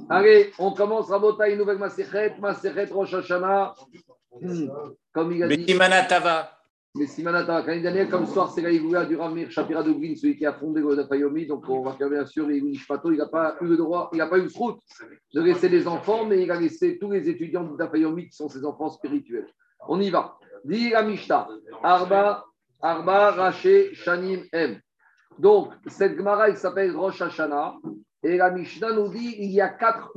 Allez, on commence Rabotai, une nouvelle Masechet Rosh Hashanah. Comme il a dit. Betimanatava. Mais Simanata, quand Daniel, comme soir, c'est Gaïgoula du Ramir Shapira Dublin, celui qui a fondé le Dafayomi. Donc, on va faire bien sûr, Ishpato, il n'a pas eu le droit, il n'a pas eu le route de laisser les enfants, mais il a laissé tous les étudiants du Dafayomi qui sont ses enfants spirituels. On y va. Dit la Mishta, Arba, Raché, Shanim, M. Donc, cette Gemara, elle s'appelle Rosh Hashanah. Et la Mishnah nous dit il y a 4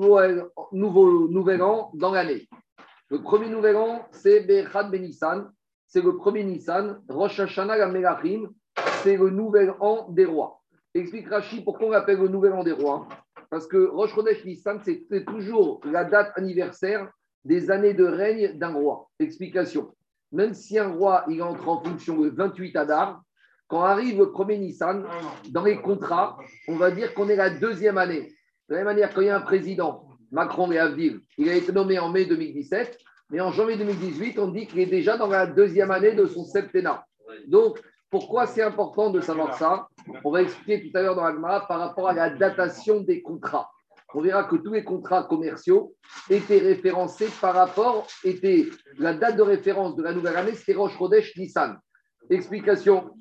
nouvel an dans l'année. Le premier nouvel an, c'est Bechad Benissan. C'est le premier Nissan. Rosh Hashanah la Melachim, c'est le nouvel an des rois. Explique Rashi pourquoi on l'appelle le nouvel an des rois. Parce que Rosh Chodesh Nissan, c'est toujours la date anniversaire des années de règne d'un roi. Explication. Même si un roi il entre en fonction le 28 Adar, quand arrive le premier Nissan, dans les contrats, on va dire qu'on est la deuxième année. De la même manière, quand il y a un président, Macron et Avdil, il a été nommé en mai 2017, mais en janvier 2018, on dit qu'il est déjà dans la deuxième année de son septennat. Donc, pourquoi c'est important de savoir ça? On va expliquer tout à l'heure dans la Gemara par rapport à la datation des contrats. On verra que tous les contrats commerciaux étaient référencés par rapport, la date de référence de la nouvelle année, c'était Rosh Chodesh Nissan. Explication,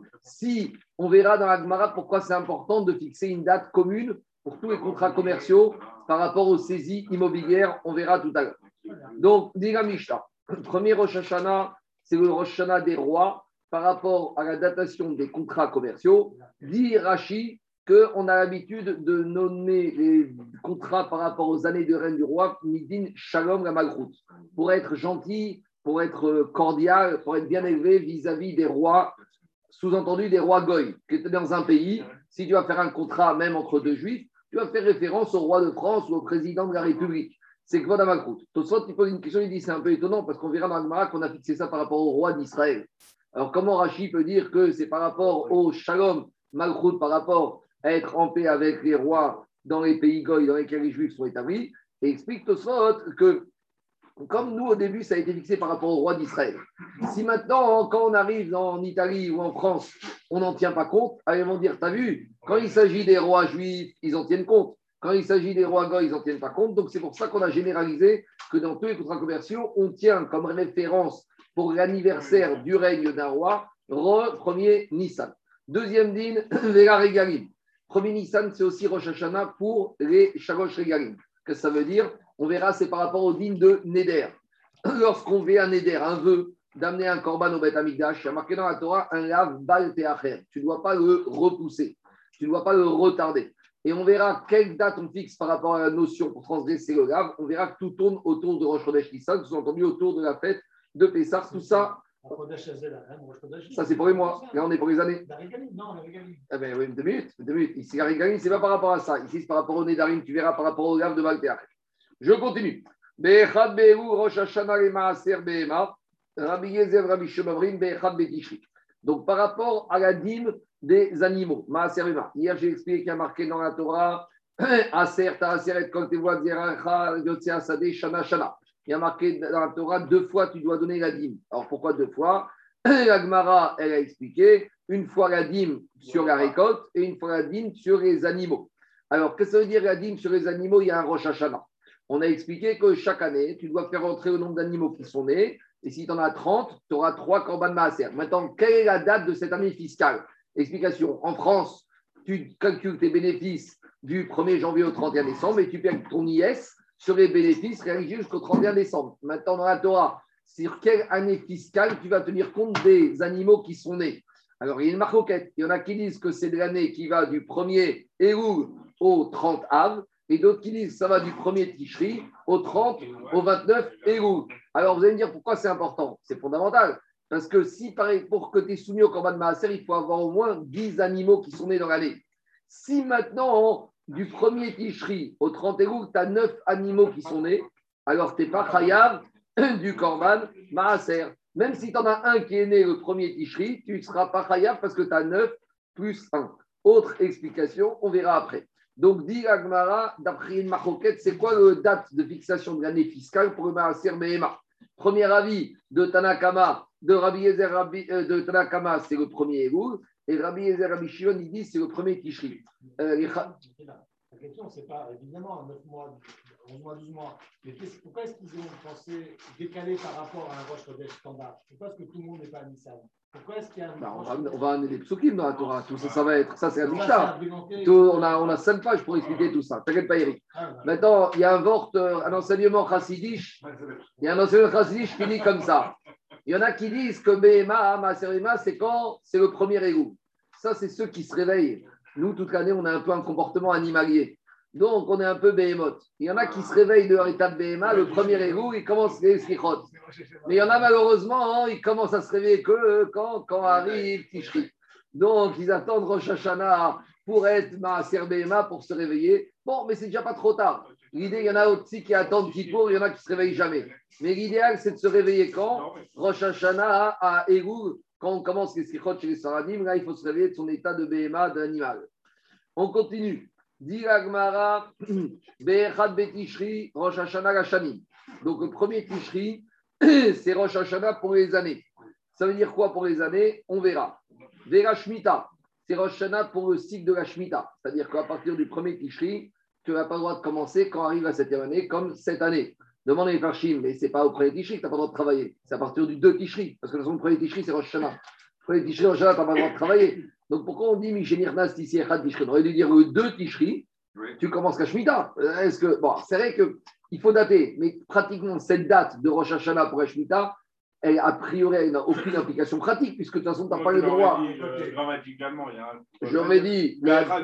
si on verra dans la Gemara pourquoi c'est important de fixer une date commune pour tous les contrats commerciaux par rapport aux saisies immobilières, on verra tout à l'heure. Donc, Diga Mishta, premier Rosh Hashanah, c'est le Rosh Hashanah des rois par rapport à la datation des contrats commerciaux. Dit Rashi qu'on a l'habitude de nommer les contrats par rapport aux années de règne du roi, Midin Shalom la Malchut, pour être gentil, pour être cordial, pour être bien élevé vis-à-vis des rois, sous-entendu des rois goy, qui étaient dans un pays. Si tu vas faire un contrat même entre deux juifs, tu vas faire référence au roi de France ou au président de la République. C'est Kvod HaMalchut. Tosfot, il pose une question, il dit c'est un peu étonnant parce qu'on verra dans la Gemara qu'on a fixé ça par rapport au roi d'Israël. Alors comment Rashi peut dire que c'est par rapport au Shalom Malchut, par rapport à être en paix avec les rois dans les pays goy dans lesquels les juifs sont établis? Et explique Tosfot que comme nous, au début, ça a été fixé par rapport au roi d'Israël. Si maintenant, quand on arrive en Italie ou en France, on n'en tient pas compte, ils vont dire, t'as vu, quand il s'agit des rois juifs, ils en tiennent compte. Quand il s'agit des rois goy, ils n'en tiennent pas compte. Donc, c'est pour ça qu'on a généralisé que dans tous les contrats commerciaux, on tient comme référence pour l'anniversaire du règne d'un roi, premier Nissan. Deuxième din, Vera Regalim. Premier Nissan, c'est aussi Rosh Hashanah pour les Shalosh Regalim. Qu'est-ce que ça veut dire? On verra, c'est par rapport au din de Neder. Lorsqu'on fait un Neder, un vœu d'amener un korban au Beth Amikdash, il y a marqué dans la Torah un lav bal teacher. Tu ne dois pas le repousser, tu ne dois pas le retarder. Et on verra quelle date on fixe par rapport à la notion pour transgresser le lav. On verra que tout tourne autour de Rosh Chodesh Nissan, sous-entendu autour de la fête de Pessah, tout ça. Ça, c'est pour les mois. Là, on est pour les années. Ah ben oui, 2 minutes. Ici, la Régalim, ce n'est pas par rapport à ça. Ici, c'est par rapport au Nédarim. Tu verras par rapport au lav de Baltéach. Je continue. Be'echad be'eru Rosh Hashanah le Maaser be'ema. Rabbi Yezer, Rabbi Shemavrim, be'echad be'tishri. Donc, par rapport à la dîme des animaux, Maaser be'ema. Hier, j'ai expliqué qu'il y a marqué dans la Torah Aser, Ta'aseret, Kol Tevoat, Zeracha, Yotzea Sadeh, Shana, Shana. Il y a marqué dans la Torah 2 fois tu dois donner la dîme. Alors pourquoi 2 fois? La Gemara, elle a expliqué une fois la dîme sur la récolte et une fois la dîme sur les animaux. Alors qu'est-ce que ça veut dire la dîme sur les animaux? Il y a un Rosh Hashanah. On a expliqué que chaque année, tu dois faire entrer le nombre d'animaux qui sont nés. Et si tu en as 30, tu auras 3 korban maaser. Maintenant, quelle est la date de cette année fiscale? Explication. En France, tu calcules tes bénéfices du 1er janvier au 31 décembre et tu perds ton IS sur les bénéfices réalisés jusqu'au 31 décembre. Maintenant, dans la Torah, sur quelle année fiscale tu vas tenir compte des animaux qui sont nés? Alors, il y a une marcoquette. Il y en a qui disent que c'est de l'année qui va du 1er Elul au 30 Av, et d'autres qui disent que ça va du 1er Tishri au 30, au 29 Elul. Alors, vous allez me dire pourquoi c'est important? C'est fondamental. Parce que si, pareil, pour que tu es soumis au Korban Maaser, il faut avoir au moins 10 animaux qui sont nés dans l'année. Si maintenant, du 1er Tishri au 30 Elul, tu as 9 animaux qui sont nés, alors tu n'es pas chayav du Korban Maaser. Même si tu en as un qui est né le 1er Tishri, tu ne seras pas chayav parce que tu as 9 plus 1. Autre explication, on verra après. Donc, dit la Gemara, d'après une marcoquette, c'est quoi la date de fixation de l'année fiscale pour le Maaser Behema? Premier avis de Tanakama, de Rabbi Yezer, de Tanakama, c'est le 1er Elul. Et Rabbi Yezer, Rabbi Shimon, il dit c'est le 1er Tishri. La question, c'est pas évidemment 9 mois, 11 mois, 12 mois. Mais pourquoi est-ce qu'ils ont pensé décaler par rapport à un Rosh Chodesh standard? Pourquoi est-ce que tout le monde n'est pas à Nissan? Pourquoi est-ce qu'il y a on va amener des psukim dans la Torah. Tout ça, ça va être. Ça, c'est la Mishnah. On a 5 pages pour expliquer tout ça. T'inquiète pas, Eric. Maintenant, il y a un enseignement chassidish. Il y a un enseignement chassidish qui dit comme ça. Il y en a qui disent que Behema, Maaser Behema, c'est quand c'est le premier égout. Ça, c'est ceux qui se réveillent. Nous, toute l'année, on a un peu un comportement animalier. Donc, on est un peu béhémoth. Il y en a qui se réveillent de leur état de béhéma, le premier égout, ils commencent les slichot. Mais il y en a malheureusement, ils commencent à se réveiller que quand arrive Tishri. Donc, ils attendent Rosh Hashanah pour être Maaser Behema, pour se réveiller. Bon, mais c'est déjà pas trop tard. L'idée, il y en a aussi qui attendent Kippour, il y en a qui ne se réveillent jamais. Mais l'idéal, c'est de se réveiller quand Rosh Hashanah à Elul, quand on commence les slichot chez les Saradim, là, il faut se réveiller de son état de Behema, d'animal. On continue. Dit l'Agmara, Be'echad Betishri, Rosh Hashanah Gashanim. Donc le premier Tishri, c'est Rosh Hashanah pour les années. Ça veut dire quoi pour les années? On verra. Vera Shemitah, c'est Rosh Hashanah pour le cycle de la Shemitah. C'est-à-dire qu'à partir du premier Tishri, tu n'as pas le droit de commencer quand arrive la 7e année, comme cette année. Demande les Farshim, mais ce n'est pas au premier Tishri que tu n'as pas le droit de travailler. C'est à partir du 2 Tishri. Parce que le premier Tishri, c'est Rosh Hashanah. Le premier Tishri, Rosh Hashanah, tu n'as pas le droit de travailler. Donc pourquoi on dit Mishénirnas ici Echad Tishri? On aurait dû dire le 2 Tishri, tu commences la Shemitah. Est-ce que, bon, c'est vrai qu'il faut dater, mais pratiquement cette date de Rosh Hashanah pour la Shemitah, elle, a priori, elle n'a aucune implication pratique, puisque de toute façon, tu n'as pas le droit. Grammaticalement, il y a un. J'aurais dit.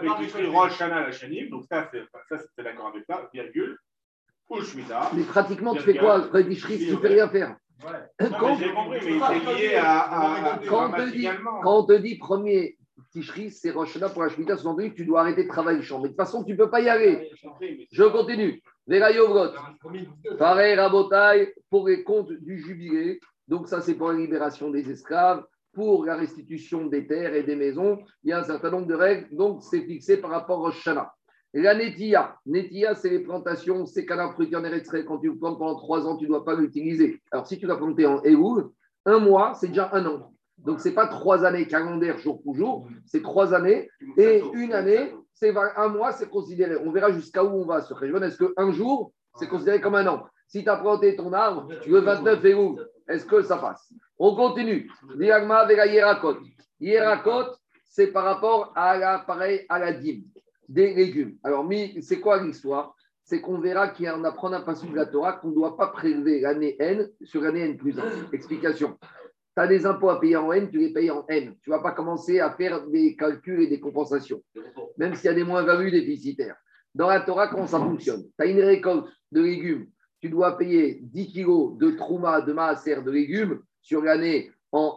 Rosh Hashanah la Shanim, donc ça, c'est d'accord avec ça, virgule, ou Shemitah. Mais pratiquement, tu fais quoi? Le premier Tishri, tu ne fais rien faire. Ouais. J'ai compris, mais c'est lié à quand on te dit premier Tishri, c'est Rosh Hashanah pour la Shemitah, sous-entendu que tu dois arrêter de travailler le champ. Mais de toute façon, tu ne peux pas y aller. Je continue. Verayovrot. Pareil, Rabotai, pour les comptes du jubilé. Donc, ça, c'est pour la libération des esclaves, pour la restitution des terres et des maisons. Il y a un certain nombre de règles. Donc, c'est fixé par rapport au Rosh Hashanah. Et la Netia, c'est les plantations, c'est canard fruitier en extrait. Quand tu le plantes pendant 3 ans, tu ne dois pas l'utiliser. Alors, si tu l'as planté en Elul, 1 mois, c'est déjà 1 an. Donc, ce n'est pas 3 années calendaires jour pour jour, c'est 3 années. Et 1 année, c'est 1 mois, c'est considéré. On verra jusqu'à où on va se réjouir. Est-ce qu'un jour, c'est considéré comme 1 an? Si tu as planté ton arbre, le 29 Elul, est-ce que ça passe? On continue. Diagma avec la Yerakot. Yerakot, c'est par rapport à la dîme des légumes. Alors, c'est quoi l'histoire? C'est qu'on verra qu'il y a, on apprend un principe de la Torah qu'on ne doit pas prélever l'année N sur l'année N plus 1. Explication. Tu as des impôts à payer en N, tu les payes en N. Tu ne vas pas commencer à faire des calculs et des compensations, même s'il y a des moins-values déficitaires. Dans la Torah, comment ça fonctionne? Tu as une récolte de légumes, tu dois payer 10 kilos de trouma, de maaser, de légumes sur l'année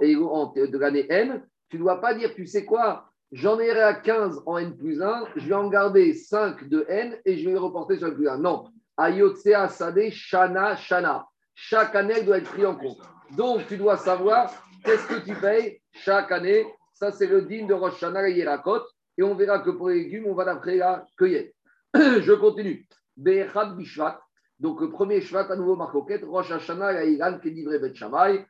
de l'année N. Tu ne dois pas dire, tu sais quoi? J'en ai à 15 en N plus 1, je vais en garder 5 de N et je vais les reporter sur N plus 1. Non. Ayotsea Sade Shana Shana. Chaque année, elle doit être prise en compte. Donc, tu dois savoir qu'est-ce que tu payes chaque année. Ça, c'est le digne de Rosh Hashanah et Yerakot. Et on verra que pour les légumes, on va d'après la cueillette. Je continue. Be'echad Bishvat. Donc, le premier Shvat, à nouveau, Marcoquette. Rosh Hashanah et Iran, qui est livré Bet Shammai.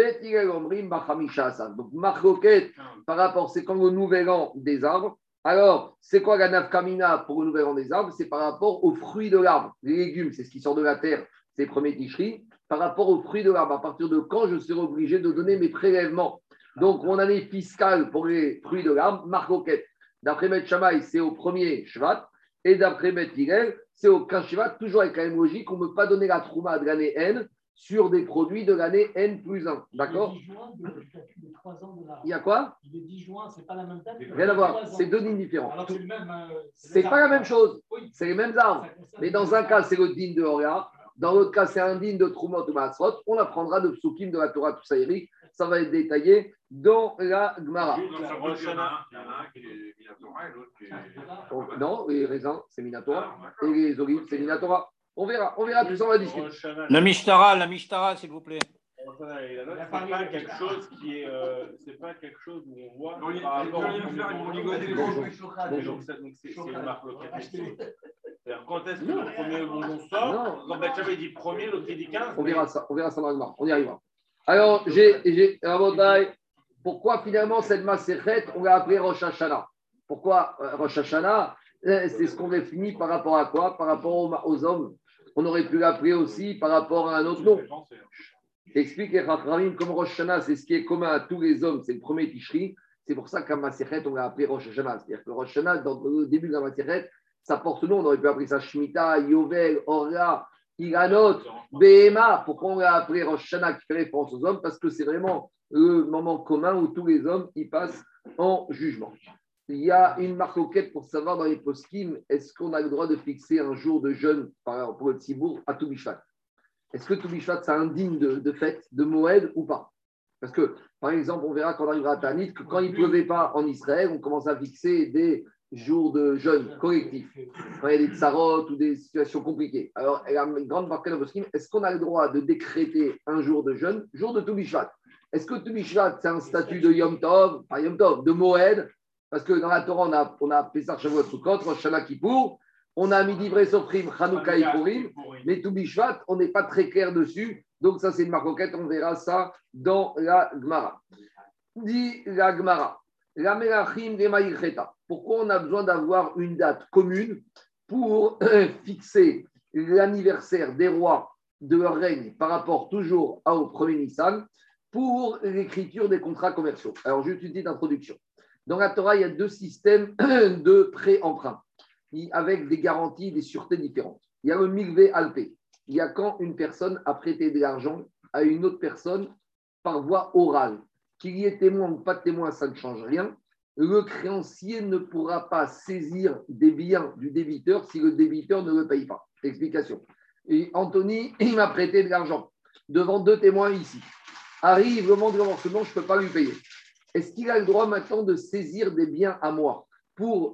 Donc, Marcoquette, par rapport, c'est comme le nouvel an des arbres. Alors, c'est quoi la nafkamina pour le nouvel an des arbres? C'est par rapport aux fruits de l'arbre. Les légumes, c'est ce qui sort de la terre, c'est les premiers ticheries. Par rapport aux fruits de l'arbre, à partir de quand je serai obligé de donner mes prélèvements? Donc, mon année fiscale pour les fruits de l'arbre, Marcoquette. D'après Bet Shammai, c'est au premier Shvat. Et d'après Bet Hillel, c'est au 15 Shvat, toujours avec la même logique, on ne peut pas donner la trouma de l'année N sur des produits de l'année N plus 1. D'accord? Il y a quoi? Il est 10 juin, c'est pas la même date. Rien à voir, c'est 2 lignes différentes. Alors c'est le même. C'est pas la même chose, c'est les mêmes arbres. Mais dans un cas, c'est le din de Horia. Dans l'autre cas, c'est un din de Troumot ou Maasrot. On apprendra de Psukim de la Torah, tout ça, Eric. Ça va être détaillé dans la Gemara. Il y en a un qui est Minatora et l'autre qui est. Non, les raisins, c'est Minatora. Et les olives, c'est Minatora. On verra tout ça, on va discuter. La Mishtara, s'il vous plaît. C'est pas quelque chose qui est. C'est pas quelque chose où on voit. Par rapport donc c'est une marque locale. C'est-à-dire, quand est-ce que le premier bonbon sort? Quand Bachava dit premier, l'autre il dit 15. On verra ça dans la Gemara. On y arrivera. Alors, pourquoi finalement cette Masechet, on l'a appelée Rosh Hashanah? Pourquoi Rosh Hashanah? C'est ce qu'on définit par rapport à quoi? Par rapport aux hommes. On aurait pu l'appeler aussi par rapport à un autre nom. Explique Rachamim comme Rosh Hashanah, c'est ce qui est commun à tous les hommes, c'est le premier Tishri. C'est pour ça qu'à Masechet, on l'a appelé Rosh Hashanah. C'est-à-dire que Rosh Hashanah, dans le début de la Masechet, ça porte le nom. On aurait pu appeler ça Shemitah, Yovel, Orla, Ilanot, Behema. Pourquoi on l'a appelé Rosh Hashanah qui fait référence aux hommes? Parce que c'est vraiment le moment commun où tous les hommes y passent en jugement. Il y a une marcoquette pour savoir dans les poskim, est-ce qu'on a le droit de fixer un jour de jeûne pour le Tzibour à Toubishvat? Est-ce que Toubishvat, ça indigne de fête, de Moed ou pas? Parce que, par exemple, on verra quand on arrivera à Tanit que quand il ne pleuvait pas en Israël, on commence à fixer des jours de jeûne collectifs. Quand il y a des tsarot ou des situations compliquées. Alors, il y a une grande marque de poskim, est-ce qu'on a le droit de décréter un jour de jeûne, jour de Toubishvat? Est-ce que Toubishvat, c'est un statut de Yom Tov, pas Yom Tov, de Moed? Parce que dans la Torah, on a Pessah, Shavuot, Sukkot, Rosh Hashanah, Kippour, on a mis Divrei Sofrim, Chanukah et Purim, mais Tou Bishvat, on n'est pas très clair dessus. Donc ça, c'est une marcoquette, on verra ça dans la Gemara. Dit la Gemara, la Melachim de Maïcheta. Pourquoi on a besoin d'avoir une date commune pour fixer l'anniversaire des rois de leur règne par rapport toujours au premier Nissan pour l'écriture des contrats commerciaux? Alors, juste une petite introduction. Dans la Torah, il y a deux systèmes de prêt-emprunt avec des garanties, des sûretés différentes. Il y a le Mikvé Alpé. Il y a quand une personne a prêté de l'argent à une autre personne par voie orale. Qu'il y ait témoin ou pas de témoin, ça ne change rien. Le créancier ne pourra pas saisir des biens du débiteur si le débiteur ne le paye pas. Explication. Et Anthony, il m'a prêté de l'argent devant deux témoins ici. Arrive le moment de remboursement, je ne peux pas lui payer. Est-ce qu'il a le droit maintenant de saisir des biens à moi pour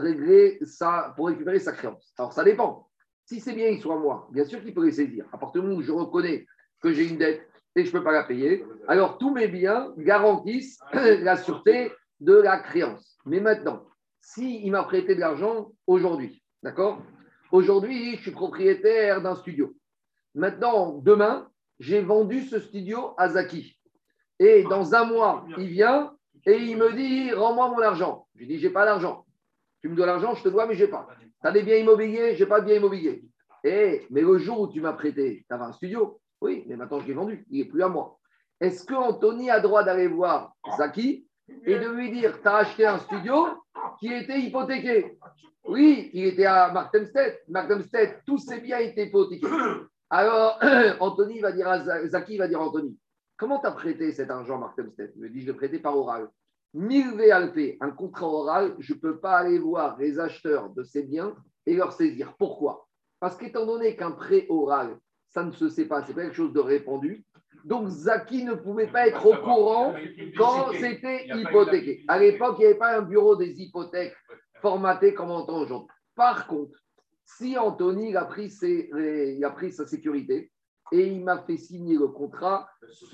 récupérer sa créance? Alors, ça dépend. Si ces biens ils sont à moi, bien sûr qu'il peut les saisir. À partir du moment où je reconnais que j'ai une dette et que je ne peux pas la payer, alors tous mes biens garantissent la sûreté de la créance. Mais maintenant, s'il m'a prêté de l'argent aujourd'hui, d'accord? Aujourd'hui, je suis propriétaire d'un studio. Maintenant, demain, j'ai vendu ce studio à Zaki. Et dans un mois, il vient et il me dit « Rends-moi mon argent ». Je lui dis « Je n'ai pas d'argent. Tu me dois l'argent, je te dois, mais je n'ai pas. Tu as des biens immobiliers, je n'ai pas de biens immobiliers. » Mais le jour où tu m'as prêté, tu avais un studio. Oui, mais maintenant je l'ai vendu, il n'est plus à moi. Est-ce que Anthony a droit d'aller voir Zaki et de lui dire « Tu as acheté un studio qui était hypothéqué ». Oui, il était à Marktemstedt. Marktemstedt, tous ses biens étaient hypothéqués. Alors, Anthony va dire à Zaki, va dire à Anthony, comment tu as prêté cet argent, Mark Temstedt? Il me dit, je l'ai prêté par oral. Mikvé Alpé, un contrat oral, je ne peux pas aller voir les acheteurs de ces biens et leur saisir. Pourquoi? Parce qu'étant donné qu'un prêt oral, ça ne se sait pas, c'est pas quelque chose de répandu. Donc, Zaki ne pouvait pas être au courant quand c'était hypothéqué. À l'époque, il n'y avait pas un bureau des hypothèques formaté comme on entend aujourd'hui. Par contre, si Anthony il a pris sa sécurité, et il m'a fait signer le contrat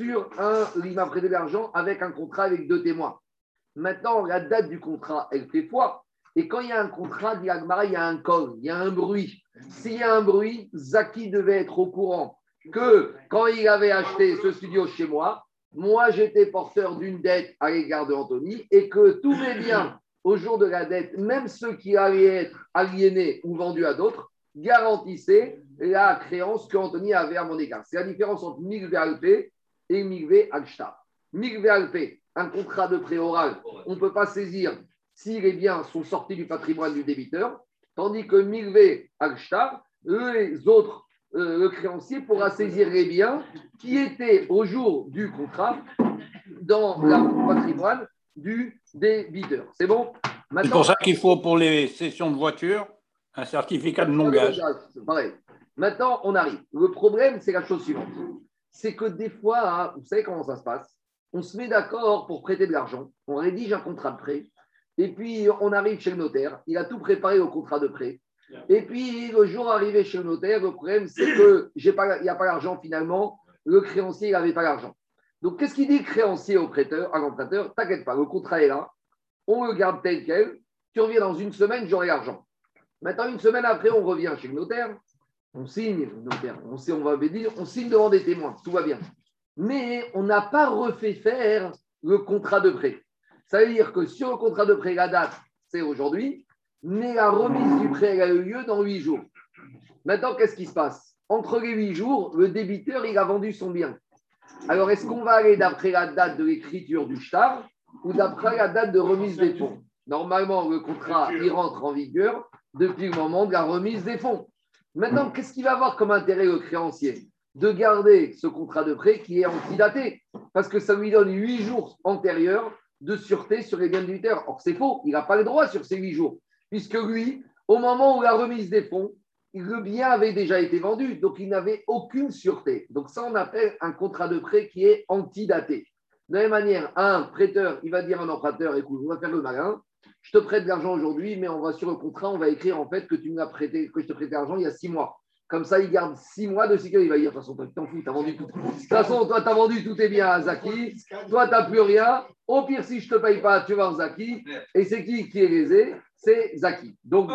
il m'a prêté de l'argent avec un contrat avec deux témoins. Maintenant, la date du contrat, elle fait foi. Et quand il y a un contrat, dit Agmara, il y a un code, il y a un bruit. S'il y a un bruit, Zaki devait être au courant que quand il avait acheté ce studio chez moi, moi j'étais porteur d'une dette à l'égard de Anthony et que tous mes biens au jour de la dette, même ceux qui allaient être aliénés ou vendus à d'autres, garantissaient la créance qu'Anthony avait à mon égard. C'est la différence entre Mikvé Alpé et Mikvé Agshtar. Mikvé Alpé, un contrat de prêt oral, on ne peut pas saisir si les biens sont sortis du patrimoine du débiteur, tandis que Mikvé Agshtar, les autres, le créancier pourra saisir les biens qui étaient au jour du contrat dans le patrimoine du débiteur. C'est bon? Maintenant, c'est pour ça qu'il faut pour les cessions de voitures un certificat de non-gage. C'est pareil. Maintenant, on arrive. Le problème, c'est la chose suivante. C'est que des fois, vous savez comment ça se passe? On se met d'accord pour prêter de l'argent. On rédige un contrat de prêt. Et puis, on arrive chez le notaire. Il a tout préparé au contrat de prêt. Et puis, le jour arrivé chez le notaire, le problème, c'est qu'il n'y a pas l'argent finalement. Le créancier, il n'avait pas l'argent. Donc, qu'est-ce qu'il dit le créancier au prêteur, à l'emprunteur? T'inquiète pas, le contrat est là. On le garde tel quel. Tu reviens dans une semaine, j'aurai l'argent. Maintenant, une semaine après, on revient chez le notaire. On signe, le notaire. On signe devant des témoins. Tout va bien. Mais on n'a pas refait faire le contrat de prêt. Ça veut dire que sur le contrat de prêt, la date, c'est aujourd'hui. mais la remise du prêt elle a eu lieu dans 8 jours. Maintenant, qu'est-ce qui se passe? Entre les 8 jours, le débiteur, il a vendu son bien. Alors, est-ce qu'on va aller d'après la date de l'écriture du shtar ou d'après la date de remise des fonds? Normalement, le contrat, il rentre en vigueur depuis le moment de la remise des fonds. Maintenant, qu'est-ce qu'il va avoir comme intérêt le créancier? De garder ce contrat de prêt qui est antidaté, parce que ça lui donne 8 jours antérieurs de sûreté sur les biens du débiteur. Or, c'est faux, il n'a pas le droit sur ces 8 jours, puisque lui, au moment où la remise des fonds, le bien avait déjà été vendu, donc il n'avait aucune sûreté. Donc ça, on appelle un contrat de prêt qui est antidaté. De la même manière, un prêteur, il va dire à un emprunteur, écoute, on va faire le malin, je te prête de l'argent aujourd'hui, mais on va sur le contrat, on va écrire en fait que tu me l'as prêté, que je te prête de l'argent il y a 6 mois. Comme ça, il garde 6 mois de sécurité. Il va dire, de toute façon, toi, tu t'en fous, tu as vendu tout. De toute façon, toi, tu as vendu tous tes biens à Zaki. Toi, tu n'as plus rien. Au pire, si je ne te paye pas, tu vas en Zaki. Et c'est qui est lésé? C'est Zaki. Donc,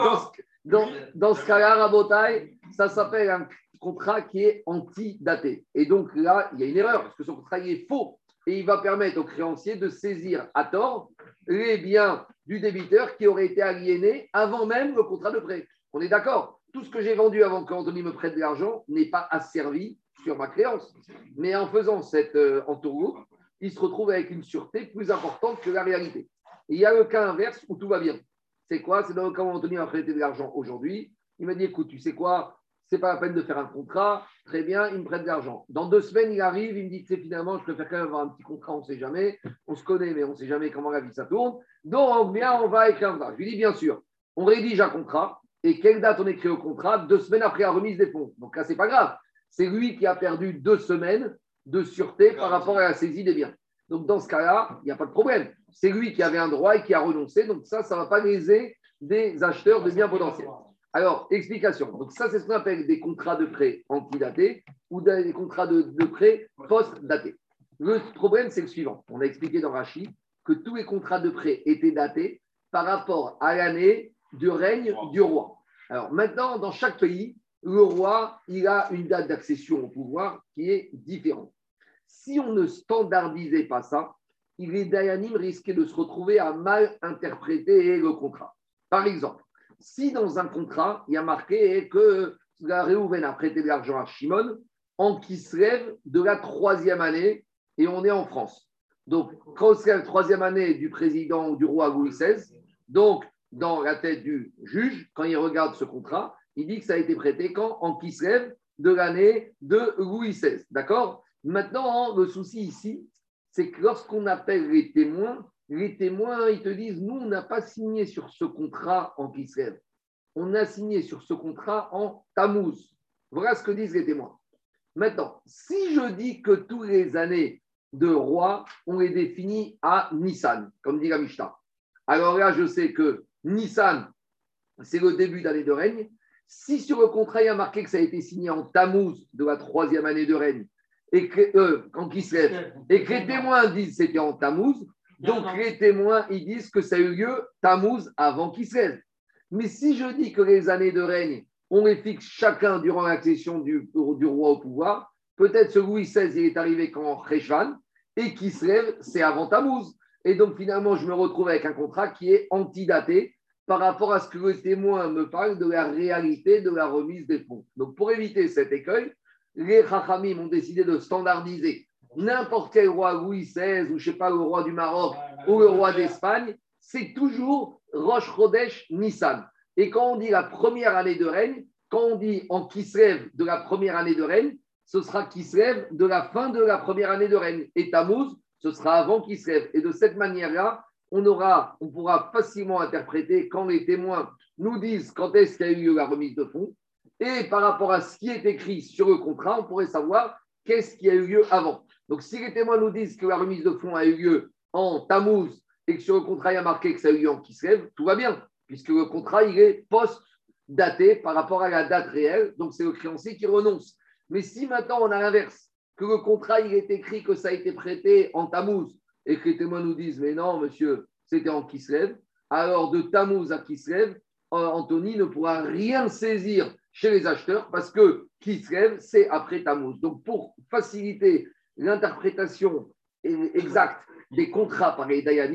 dans ce cas-là, Rabotai, ça s'appelle un contrat qui est antidaté. Et donc là, il y a une erreur, parce que son contrat il est faux. Et il va permettre au créancier de saisir à tort les biens du débiteur qui auraient été aliénés avant même le contrat de prêt. On est d'accord? Tout ce que j'ai vendu avant qu'Anthony me prête de l'argent n'est pas asservi sur ma créance. Mais en faisant cette entourloupe, il se retrouve avec une sûreté plus importante que la réalité. Et il y a le cas inverse où tout va bien. C'est quoi? C'est dans le cas où Anthony m'a prêté de l'argent aujourd'hui. Il m'a dit, écoute, tu sais quoi? C'est pas la peine de faire un contrat. Très bien, il me prête de l'argent. Dans 2 semaines, il arrive, il me dit, tu sais, finalement, je préfère quand même avoir un petit contrat, on ne sait jamais. On se connaît, mais on ne sait jamais comment la vie ça tourne. Donc, bien, on va écrire un contrat. Je lui dis, bien sûr, on rédige un contrat. Et quelle date on écrit au contrat? 2 semaines après la remise des fonds. Donc là, ce n'est pas grave. C'est lui qui a perdu 2 semaines de sûreté par rapport à la saisie des biens. Donc dans ce cas-là, il n'y a pas de problème. C'est lui qui avait un droit et qui a renoncé. Donc ça ne va pas léser des acheteurs de biens potentiels. Alors, explication. Donc ça, c'est ce qu'on appelle des contrats de prêt antidatés ou des contrats de prêt post-datés. Le problème, c'est le suivant. On a expliqué dans Rachi que tous les contrats de prêt étaient datés par rapport à l'année du règne du roi. Alors maintenant, dans chaque pays, le roi, il a une date d'accession au pouvoir qui est différente. Si on ne standardisait pas ça, les Dayanim risquaient de se retrouver à mal interpréter le contrat. Par exemple, si dans un contrat, il y a marqué que Réhouven a prêté de l'argent à Shimon en Kislev de la 3e année, et on est en France. Donc, quand c'est la 3e année du président ou du roi Louis XVI, donc dans la tête du juge, quand il regarde ce contrat, il dit que ça a été prêté quand? En Kislev de l'année de Louis XVI. D'accord? Maintenant, le souci ici, c'est que lorsqu'on appelle les témoins, ils te disent, nous, on n'a pas signé sur ce contrat en Kislev. On a signé sur ce contrat en Tammuz. Voilà ce que disent les témoins. Maintenant, si je dis que toutes les années de roi, on les définit à Nissan, comme dit la Mishnah, alors là, je sais que Nissan, c'est le début d'année de règne. Si sur le contrat, il y a marqué que ça a été signé en Tammuz de la 3e année de règne, et que, en Kislev, et que les témoins disent que c'était en Tammuz, donc les témoins, ils disent que ça a eu lieu Tammuz avant Kislev. Mais si je dis que les années de règne, on les fixe chacun durant l'accession du roi au pouvoir, peut-être ce Louis XVI, il est arrivé quand Cheshvan, et Kislev, c'est avant Tammuz. Et donc, finalement, je me retrouve avec un contrat qui est antidaté par rapport à ce que le témoin me parle de la réalité de la remise des fonds. Donc, pour éviter cet écueil, les Chachamim ont décidé de standardiser n'importe quel roi Louis XVI ou je ne sais pas, le roi du Maroc ou le roi d'Espagne, c'est toujours Rosh Chodesh Nissan. Et quand on dit la première année de règne, quand on dit en Kislev de la première année de règne, ce sera Kislev de la fin de la première année de règne. Et Tammuz, ce sera avant Kislev. Et de cette manière-là, on pourra facilement interpréter quand les témoins nous disent quand est-ce qu'il y a eu la remise de fonds. Et par rapport à ce qui est écrit sur le contrat, on pourrait savoir qu'est-ce qui a eu lieu avant. Donc, si les témoins nous disent que la remise de fonds a eu lieu en Tammuz et que sur le contrat, il y a marqué que ça a eu lieu en Kislev, tout va bien, puisque le contrat, il est post-daté par rapport à la date réelle. Donc, c'est le créancier qui renonce. Mais si maintenant, on a l'inverse, que le contrat, il est écrit que ça a été prêté en Tammuz et que les témoins nous disent, mais non, monsieur, c'était en Kislev, alors de Tammuz à Kislev, Anthony ne pourra rien saisir chez les acheteurs parce que Kislev, c'est après Tammuz. Donc, pour faciliter l'interprétation exacte des contrats par les Dayanim,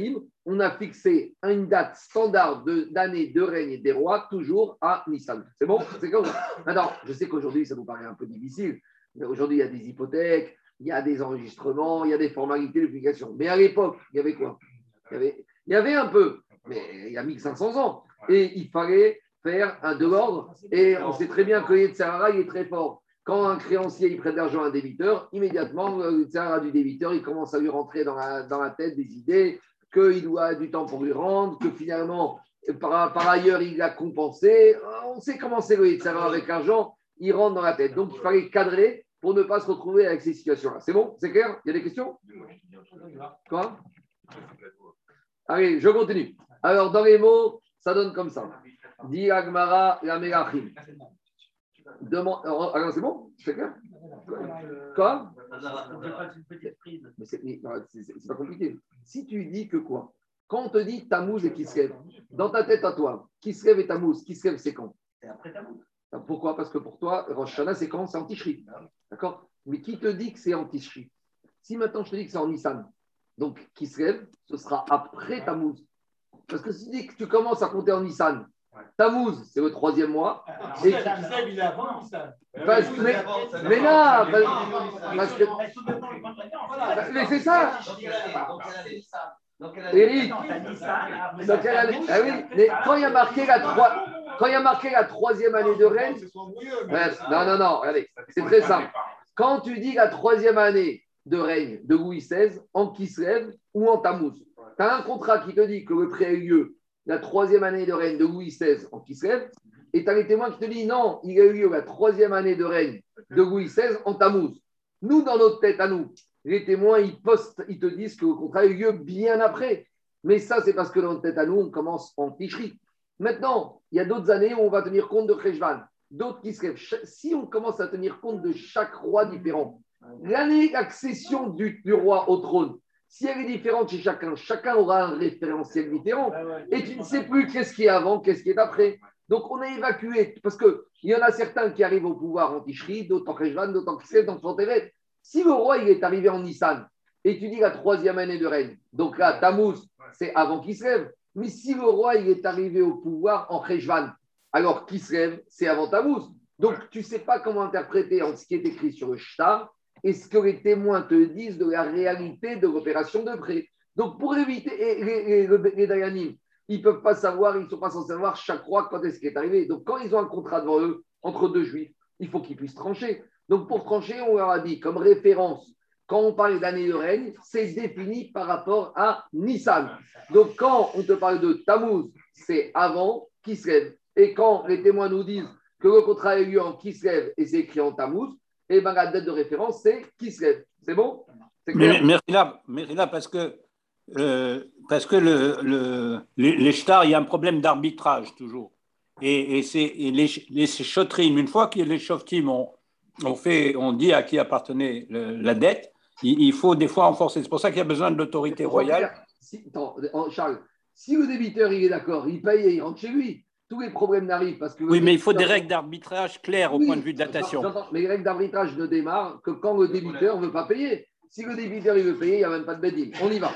on a fixé une date standard d'année de règne des rois, toujours à Nissan. C'est bon? C'est comme ça. Maintenant, je sais qu'aujourd'hui, ça vous paraît un peu difficile. Mais aujourd'hui, il y a des hypothèques, il y a des enregistrements, il y a des formalités d'application. Mais à l'époque, il y avait quoi? Il y avait un peu, mais il y a 1500 ans. Et il fallait faire un de l'ordre. Et on sait très bien que Yetzirah, il est très fort. Quand un créancier il prête de l'argent à un débiteur, immédiatement, le Yetzirah du débiteur, il commence à lui rentrer dans la tête des idées, qu'il doit du temps pour lui rendre, que finalement, par ailleurs, il a compensé. On sait comment c'est le Yetzirah avec l'argent, il rentre dans la tête. Donc, il fallait cadrer pour ne pas se retrouver avec ces situations-là. C'est bon? C'est clair? Il y a des questions? Quoi? Allez, je continue. Alors, dans les mots, ça donne comme ça. Di Agmara la Melachim. Alors, c'est bon? C'est clair? Quoi? Mais c'est pas compliqué. Si tu dis que quoi? Quand on te dit Tammuz et Kislev, dans ta tête à toi, Kislev et Tammuz, Kislev c'est quand? C'est après Tammuz. Pourquoi? Parce que pour toi, Rosh Hashanah, c'est quand? C'est en Tishri. D'accord? Mais qui te dit que c'est en Tishri? Si maintenant je te dis que c'est en Nissan, donc Kislev, ce sera après Tammuz. Parce que si tu dis que tu commences à compter en Nissan, Tammuz, c'est le 3e mois. Et Kislev, il est avant Nissan. Mais là, parce que. Mais c'est ça. Eric, dans quelle année? Ah oui, mais quand il y a marqué la 3e année de règne, non, regardez, c'est très simple. Quand tu dis la 3e année de règne de Louis XVI en Kislev ou en Tammuz, tu as un contrat qui te dit que le prêt a eu lieu la 3e année de règne de Louis XVI en Kislev, et tu as les témoins qui te disent non, il a eu lieu la 3e année de règne de Louis XVI en Tammuz. Nous, dans notre tête à nous, les témoins, ils te disent que le contrat a eu lieu bien après. Mais ça, c'est parce que dans notre tête à nous, on commence en Tishri. Maintenant, il y a d'autres années où on va tenir compte de Cheshvan, d'autres qui se lèvent. Si on commence à tenir compte de chaque roi différent, l'année d'accession du roi au trône, si elle est différente chez chacun, chacun aura un référentiel différent. Et tu ne sais plus qu'est-ce qui est avant, qu'est-ce qui est après. Donc, on a évacué, parce qu'il y en a certains qui arrivent au pouvoir en Tishri, d'autres en Cheshvan, d'autres en Kislev, d'autres en Tevet. Si le roi il est arrivé en Nissan, et tu dis la 3e année de règne, donc là, Tammuz, c'est avant Kislev. Mais si le roi il est arrivé au pouvoir en Cheshvan, alors Kislev, c'est avant Tammuz. Donc, tu ne sais pas comment interpréter entre ce qui est écrit sur le shtar et ce que les témoins te disent de la réalité de l'opération de prêt. Donc, pour éviter, les Dayanim, ils ne peuvent pas savoir, ils ne sont pas censés savoir chaque roi quand est-ce qu'il est arrivé. Donc, quand ils ont un contrat devant eux, entre deux juifs, il faut qu'ils puissent trancher. Donc, pour trancher, on leur a dit, comme référence, quand on parle d'année de règne, c'est défini par rapport à Nissan. Donc, quand on te parle de Tammuz, c'est avant Kislev. Et quand les témoins nous disent que le contrat a eu lieu en Kislev et c'est écrit en Tammuz, et bien la date de référence, c'est Kislev. C'est bon? C'est clair? Merci là, parce que les stars, il y a un problème d'arbitrage toujours. Et les shotrim, une fois que les shoftim on dit à qui appartenait la dette, il faut des fois renforcer. C'est pour ça qu'il y a besoin de l'autorité royale. Charles, si le débiteur il est d'accord, il paye et il rentre chez lui, tous les problèmes n'arrivent parce que. Oui, mais il faut des règles d'arbitrage claires au point de vue de datation. Mais les règles d'arbitrage ne démarrent que quand le débiteur ne veut pas payer. Si le débiteur il veut payer, il n'y a même pas de bedin. On y va.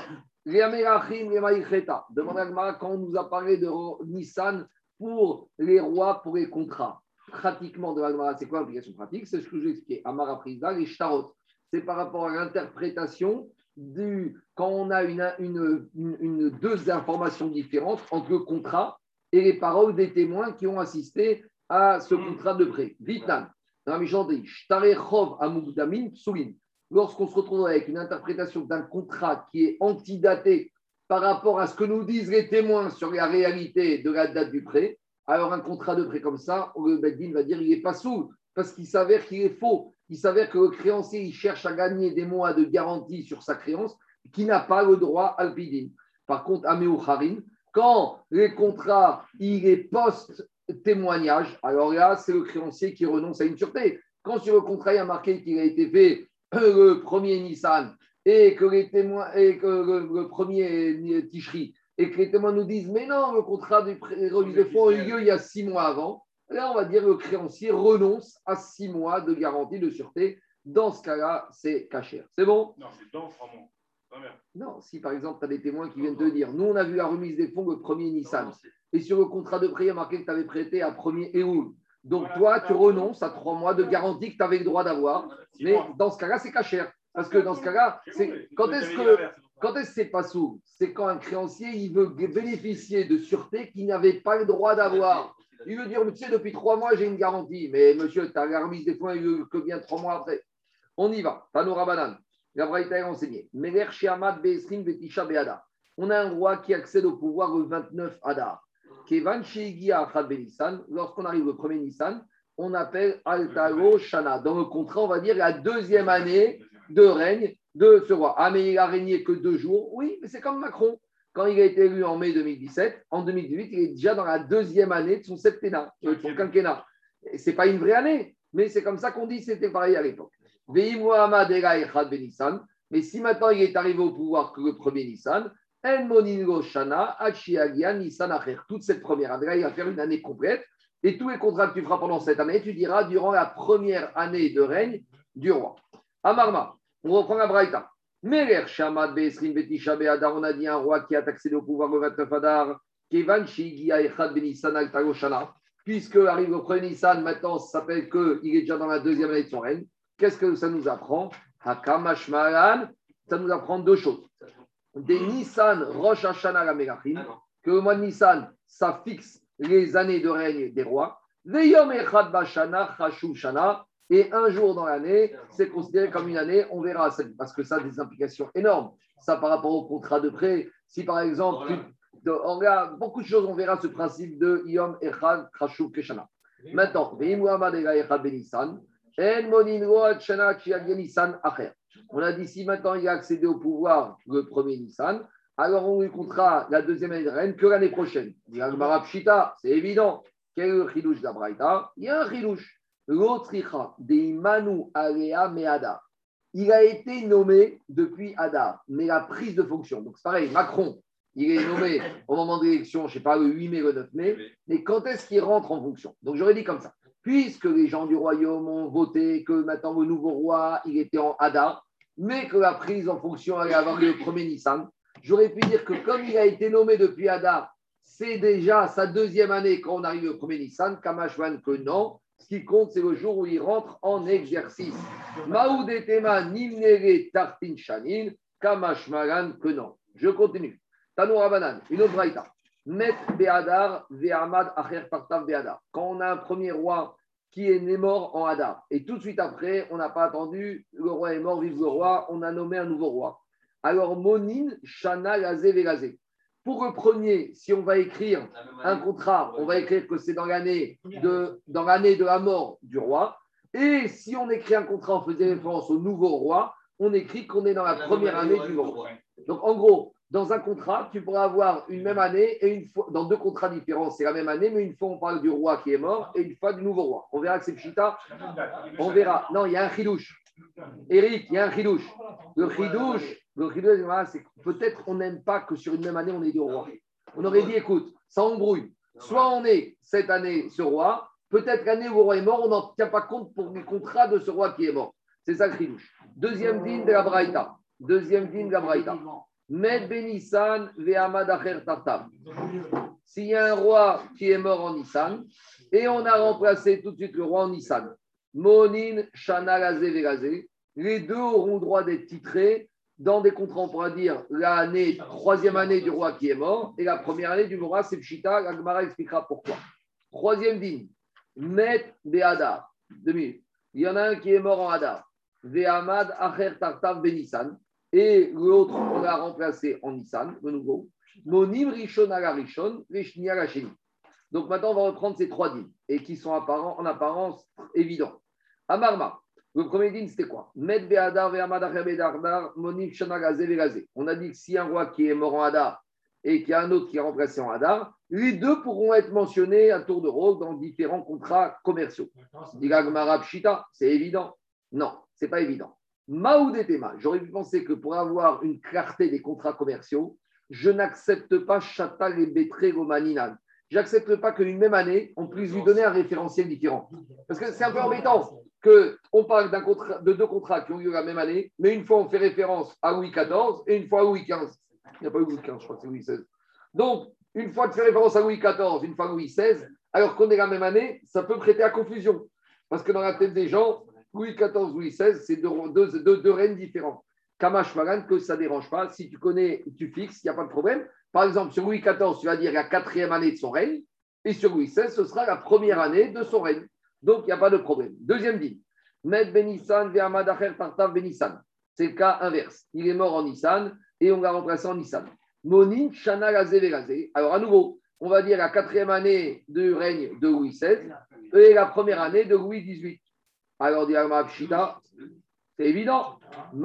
Demande à Gmara quand on nous a parlé de Nissan pour les rois, pour les contrats. Pratiquement de Gmara, c'est quoi l'implication pratique? C'est ce que je vais expliquer. Amara Prisda, les shtarot. C'est par rapport à l'interprétation quand on a deux informations différentes entre le contrat et les paroles des témoins qui ont assisté à ce contrat de prêt. Vitnan, dans la Mishnah, Shtarechov Amugdamin Psulin. Lorsqu'on se retrouve avec une interprétation d'un contrat qui est antidaté par rapport à ce que nous disent les témoins sur la réalité de la date du prêt, alors un contrat de prêt comme ça, le Beddin va dire qu'il n'est pas sourd parce qu'il s'avère qu'il est faux. Il s'avère que le créancier il cherche à gagner des mois de garantie sur sa créance qui n'a pas le droit à l'pidin. Par contre, Améou Harim, quand les contrats, il est post-témoignage, alors là, c'est le créancier qui renonce à une sûreté. Quand sur le contrat, il y a marqué qu'il a été fait le premier Nissan et que les témoins, et que le premier Tishri, et que les témoins nous disent mais non, le contrat de remise de fonds a eu lieu il y a 6 mois avant, là on va dire que le créancier renonce à 6 mois de garantie de sûreté. Dans ce cas-là, c'est caché. C'est bon? Non, c'est dans 3 mois. Non, si par exemple, tu as des témoins qui viennent te dire, nous, on a vu la remise des fonds le 1er Nissan. Et sur le contrat de prêt, il y a marqué que tu avais prêté à 1er Elul. Donc, toi, tu renonces à 3 mois de garantie que tu avais le droit d'avoir. Mais dans ce cas-là, c'est cachère. Parce que dans ce cas-là, quand est-ce que c'est pas sous? C'est quand un créancier il veut bénéficier de sûreté qu'il n'avait pas le droit d'avoir. Il veut dire, tu sais, depuis 3 mois, j'ai une garantie. Mais monsieur, tu as la remise des fonds, il veut que bien 3 mois après. On y va. Panoura Banane. La Braïta est enseignée. Meler Shehamad Beesrim Vetisha Beada. On a un roi qui accède au pouvoir le 29 Adar. Kevan Sheigia Achad Benissan. Lorsqu'on arrive au 1er Nissan, on appelle Altaro Shana. Dans le contrat, on va dire la 2e année de règne de ce roi. Ah, mais il a régné que 2 jours. Oui, mais c'est comme Macron. Quand il a été élu en mai 2017, en 2018, il est déjà dans la 2e année de son septennat, de son quinquennat. Ce n'est pas une vraie année, mais c'est comme ça qu'on dit, c'était pareil à l'époque. Mais si maintenant il est arrivé au pouvoir que le 1er Nissan, toute cette première année, il va faire une année complète. Et tous les contrats que tu feras pendant cette année, tu diras durant la première année de règne du roi. Amarma, on reprend la Braïta. Meler Shamad Beesrim Betisha Beadar, on a dit un roi qui a accédé au pouvoir le 29 Adar, Kevan Shigia Echad Benissan Al Tagoshana, puisque arrive le 1er Nissan, maintenant ça s'appelle qu'il est déjà dans la 2e année de son règne. Qu'est-ce que ça nous apprend? Hakamash Malan, ça nous apprend 2 choses. Des Nissan Rosh Hashanah la Melachim, que le mois de Nissan, ça fixe les années de règne des rois. Veyom Echad Bashana Chashuv Shana. Et un jour dans l'année, c'est considéré comme une année, on verra, parce que ça a des implications énormes. Ça par rapport au contrat de prêt. Si par exemple, on regarde beaucoup de choses, on verra ce principe de Yom Echad Chashuv Keshana. Maintenant, on a dit si maintenant il a accédé au pouvoir le 1er Nissan, alors on lui comptera la 2e année de règne que l'année prochaine. Il y a le Marapshita, c'est évident. Quel est le chidouche de la Braïta? Il y a un chidouche. L'autre de Imanu Alea Meada. Il a été nommé depuis Adar, mais la prise de fonction. Donc c'est pareil, Macron, il est nommé au moment de l'élection, je ne sais pas, le 8 mai, le 9 mai, mais quand est-ce qu'il rentre en fonction? Donc j'aurais dit comme ça. Puisque les gens du royaume ont voté que maintenant le nouveau roi, il était en Adar, mais que la prise en fonction allait avoir lieu le 1er Nissan, j'aurais pu dire que comme il a été nommé depuis Adar, c'est déjà sa 2e année quand on arrive au 1er Nissan, Kamashvan que non. Ce qui compte, c'est le jour où il rentre en exercice. Maoudetema nimnere tartin shanin, kamashmagan que non. Je continue. Tanoura Banan, une autre braïta. Met be'adar ve'amad acher partav be'adar. Quand on a un premier roi qui est né mort en Hadar, et tout de suite après, on n'a pas attendu, le roi est mort, vive le roi, on a nommé un nouveau roi. Alors, monin, shana, lazé, velazé. Pour le premier, si on va écrire un contrat, on va écrire que c'est dans l'année de la mort du roi. Et si on écrit un contrat en faisant référence au nouveau roi, on écrit qu'on est dans la première année du nouveau roi. Donc en gros, dans un contrat, tu pourras avoir une même année et une fois, dans 2 contrats différents, c'est la même année, mais une fois on parle du roi qui est mort et une fois du nouveau roi. On verra que c'est Pshita. On verra. Non, il y a un chidouche. Eric, il y a un chidouche. Le chidouche, c'est que peut-être on n'aime pas que sur une même année, on ait 2 rois. On aurait dit, écoute, ça embrouille. Soit on est cette année ce roi, peut-être l'année où le roi est mort, on n'en tient pas compte pour les contrats de ce roi qui est mort. C'est ça le chidouche. Deuxième din de la Braïta. Med Benissan ve'amad acher tartav. S'il y a un roi qui est mort en Nissan, et on a remplacé tout de suite le roi en Nissan, Monin, Shana, Lazé, Velazé, les 2 auront droit d'être titrés dans des contrats, on pourra dire l'année, 3e année du roi qui est mort, et la première année du roi, c'est Pshita, la Gemara expliquera pourquoi. 3e digne, Met Be'adar, 2 minutes. Il y en a un qui est mort en Hadar, Ve'amad Acher Tartav Benissan, et l'autre, on l'a remplacé en Nissan, le nouveau. Monim Rishon ala Rishon, Rishni ala Sheni. Donc maintenant, on va reprendre ces 3 dîmes, et qui sont en apparence évidents. Amarma, le premier dîme, c'était quoi? Met Be'adar Ve'amad Acher Be'adar, Monim Shana Gazé Ve'gazé. On a dit que si un roi qui est mort en Hadar et qu'il y a un autre qui est remplacé en Hadar, les 2 pourront être mentionnés à tour de rôle dans différents contrats commerciaux. Digagmara Pshita, c'est évident? Non, c'est pas évident. Maoudetema, j'aurais pu penser que pour avoir une clarté des contrats commerciaux, je n'accepte pas Chatal et Bétré Romaninan. Je n'accepte pas qu'une même année, on puisse lui donner un référentiel différent. Parce que c'est un peu embêtant. qu'on parle de deux contrats qui ont eu la même année, mais une fois on fait référence à Louis XIV et une fois à Louis XV. Il n'y a pas eu Louis XV, je crois que c'est Louis XVI. Donc, une fois de faire référence à Louis XIV, une fois à Louis XVI, alors qu'on est la même année, ça peut prêter à confusion. Parce que dans la tête des gens, Louis XIV, Louis XVI, c'est deux règnes différents. Kamash Maran, que ça ne dérange pas. Si tu connais, tu fixes, il n'y a pas de problème. Par exemple, sur Louis XIV, tu vas dire la 4e année de son règne. Et sur Louis XVI, ce sera la première année de son règne. Donc, il n'y a pas de problème. Deuxième dit, Med Benissan, Ve'amadacher Tartav Benissan. C'est le cas inverse. Il est mort en Nissan et on l'a remplacé en Nissan. Monin, Shana, Gazé, Vegazé. Alors, à nouveau, on va dire la 4e année de règne de Louis XVI et la première année de Louis XVIII. Alors, dit Alma Pshita, c'est évident.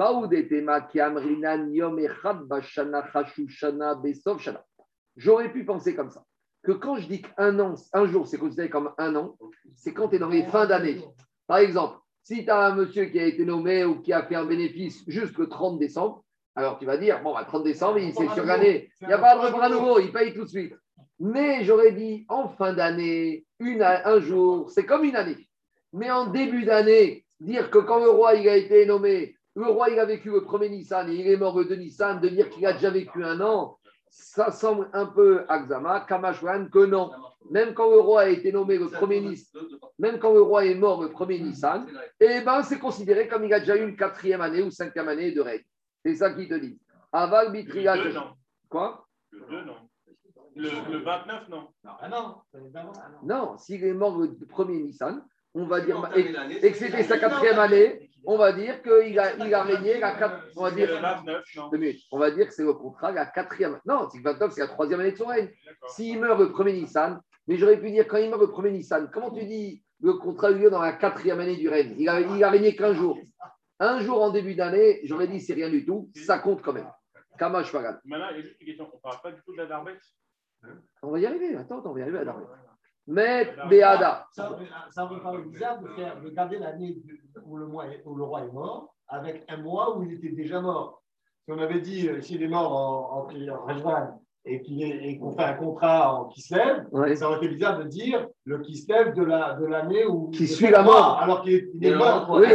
J'aurais pu penser comme ça. Que quand je dis qu'un an, un jour, c'est considéré comme un an, c'est quand tu es dans les fins d'année. Par exemple, si tu as un monsieur qui a été nommé ou qui a fait un bénéfice jusqu'au 30 décembre, alors tu vas dire, bon, 30 décembre, c'est sur l'année, il n'y a pas de report à nouveau, il paye tout de suite. Mais j'aurais dit, en fin d'année, un jour, c'est comme une année. Mais en début d'année, dire que quand le roi il a été nommé, le roi il a vécu le premier Nissan et il est mort le 2 Nissan, de dire qu'il a déjà vécu un an, ça semble un peu Akzama, Kamashwan, que non. Même quand le roi a été nommé le premier Nissan, même quand le roi est mort le premier Nissan, eh ben, c'est considéré comme il a déjà eu une 4e année ou 5e année de règne. C'est ça qu'il te dit. Aval Bitriya. Quoi? Le 2, non. Le 29, non. Non, s'il est mort le premier Nissan, on va dire, et que c'était sa 4e année, on va dire qu'il a régné la 4. On va dire, le 29, non. On va dire que c'est le contrat, la 4e. Non, c'est que 29, c'est la 3e année de son règne. S'il meurt le premier Nissan, mais j'aurais pu dire quand il meurt le premier Nissan, comment tu dis le contrat a eu lieu dans la 4e année du règne? Il a régné qu'un jour. Un jour en début d'année, j'aurais dit c'est rien du tout, ça compte quand même. Kamash Pagan. Maintenant, il y a juste une question. On ne parle pas du tout de la Darbet? On va y arriver, attends, on va y arriver à la Darbet. Mais Béada. Ça me paraît bizarre de garder l'année où le roi est mort avec un mois où il était déjà mort. Si on avait dit s'il est mort en Rejvan et qu'on fait un contrat en Kislev, ça aurait été bizarre de dire le Kislev de l'année où qui suit la mort. Alors qu'il est mort. Oui,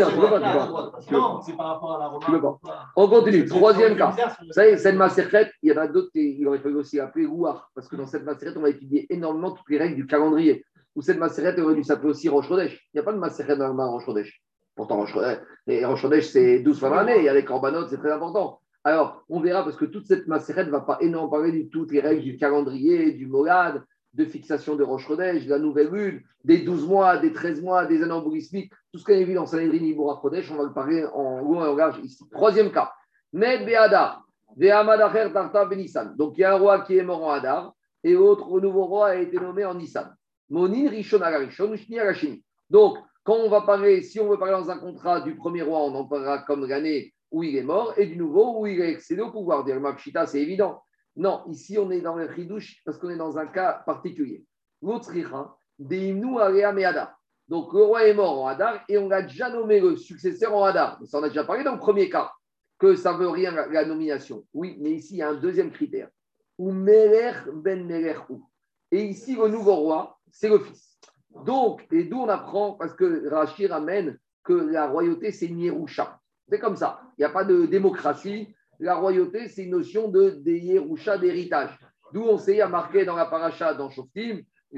non, c'est par rapport à la remarque. On continue. Troisième cas. Vous savez, cette macérette, il y en a d'autres, il aurait fallu aussi appeler Rouar, parce que dans cette macérette, on va étudier énormément toutes les règles du calendrier. Ou cette macérette aurait dû s'appeler aussi Rosh Chodesh. Il n'y a pas de macérette dans le Rosh Chodesh. Pourtant, Rosh Chodesh, c'est 12 fois l'année. Il y a les corbanotes, c'est très important. Alors, on verra, parce que toute cette macérette ne va pas énormément parler de toutes les règles du calendrier, du molad, de fixation de Rosh Chodesh, de la nouvelle lune, des 12 mois, des 13 mois, des années embourismiques. Tout ce qu'on a vu dans Sanhedrin Ibura Chodesh, on va le parler en long et en large ici. Troisième cas. Med Be'adar, Ve'amadacher Tarta Benissan. Donc, il y a un roi qui est mort en Hadar, et l'autre nouveau roi a été nommé en Nissan. Monin Rishon Agarishon, Shni Agashini. Donc, quand on va parler, si on veut parler dans un contrat du premier roi, on en parlera comme l'année où il est mort, et du nouveau où il a excédé au pouvoir. Dire Mapshita, c'est évident. Non, ici on est dans le Chidouche parce qu'on est dans un cas particulier. L'Otsricha, Deimnu Area Me'adar. Donc le roi est mort en Hadar et on a déjà nommé le successeur en Hadar. Ça, on a déjà parlé dans le premier cas, que ça ne veut rien la nomination. Oui, mais ici il y a un deuxième critère. Ou Meler ben Meler ou. Et ici le nouveau roi, c'est le fils. Donc, et d'où on apprend, parce que Rashi ramène que la royauté, c'est une Yerusha. C'est comme ça. Il n'y a pas de démocratie. La royauté, c'est une notion de Yerusha, d'héritage. D'où on sait, il y a marqué dans la paracha, dans Shoftim,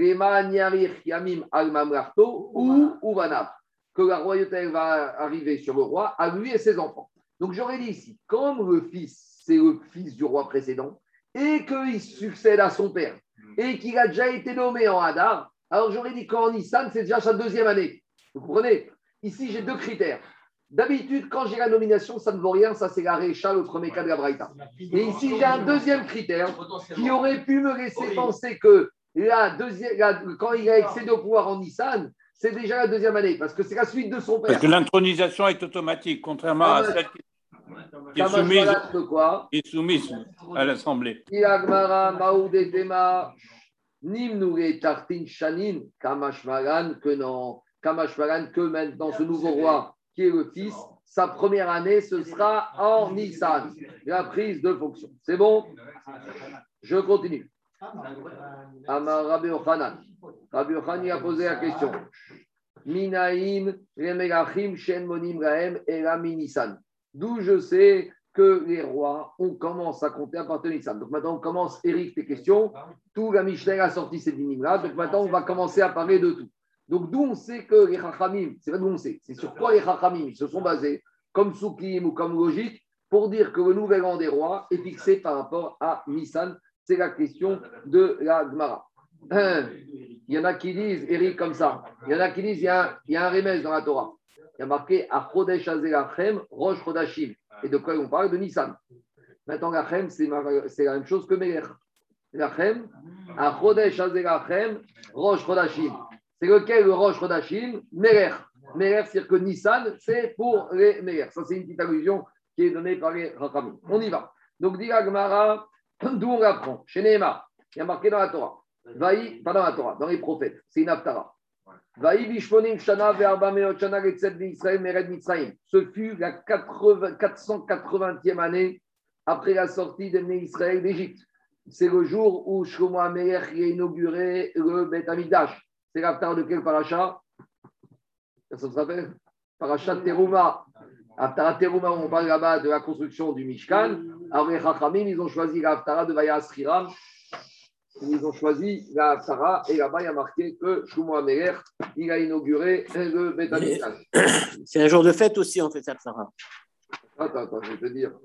Yamim al-Mamlarto ou Uvanav, que la royauté elle va arriver sur le roi, à lui et ses enfants. Donc j'aurais dit ici, comme le fils, c'est le fils du roi précédent, et qu'il succède à son père, et qu'il a déjà été nommé en Hadar, alors j'aurais dit qu'en Nissan, c'est déjà sa 2e année. Vous comprenez? Ici, j'ai 2 critères. D'habitude, quand j'ai la nomination, ça ne vaut rien, ça c'est la Récha, le premier cas de la Braïta. Et ici, j'ai un deuxième critère qui aurait pu me laisser penser que quand il a excédé au pouvoir en Nissan, c'est déjà la 2e année, parce que c'est la suite de son père. Parce que l'intronisation est automatique, contrairement à celle qui est soumise à l'Assemblée. Que maintenant, ce nouveau roi qui est le fils, sa première année, ce sera en Nissan, la prise de fonction. C'est bon? Je continue. Amar Rabbi Yochanan. Rabbi Yochanan a posé la question. Minaim, Remelachim, Shen Monim Rahem, Elami Nissan. D'où je sais que les rois, on commence à compter à partir de Nissan. Donc maintenant, on commence, Eric, tes questions. Tout la Mishnah a sorti ces dynimes-là. Donc maintenant, on va commencer à parler de tout. Donc d'où on sait que les Chachamim, c'est pas d'où on sait, c'est sur quoi les Chachamim se sont basés, comme Soukim ou comme logique, pour dire que le nouvel an des rois est fixé par rapport à Nissan. C'est la question de la Gemara. Il y en a qui disent, Eric, comme ça. Il y en a qui disent, il y a un remède dans la Torah. Il y a marqué Achodesh Azelachem, Rosh Chodashim. Et de quoi on parle? De Nissan. Maintenant, Lachem, c'est la même chose que Melech. Lachem, Achodesh Azelachem, Rosh Chodashim. C'est lequel le Rosh Chodashim? Melech. Melech, c'est-à-dire que Nissan, c'est pour les Melech. Ça, c'est une petite allusion qui est donnée par les Rachamim. On y va. Donc, dit la Gemara, d'où on l'apprend? Chez Nehemar, il y a marqué dans la Torah. Pas dans la Torah, dans les prophètes. C'est une Haftara. Vaï bishponim shana ve'arba meot shana letzet d'Israël mered Mitzrayim. Ce fut la 480e année après la sortie de Israël d'Égypte. C'est le jour où Shlomo HaMelech a inauguré le Beth Amikdash. C'est l'Haftara de quel paracha? Ça se rappelle? Paracha Teruma. Haftara Teruma, on parle là-bas de la construction du Mishkan. Alors les Chachamim, ils ont choisi l'Haftara de Vayas Hiram. Ils ont choisi la Haftara et là-bas il y a marqué que Shlomo HaMelech il a inauguré le Beth Amikdash. C'est un jour de fête aussi en fait cette Haftara. Attends, je vais te dire.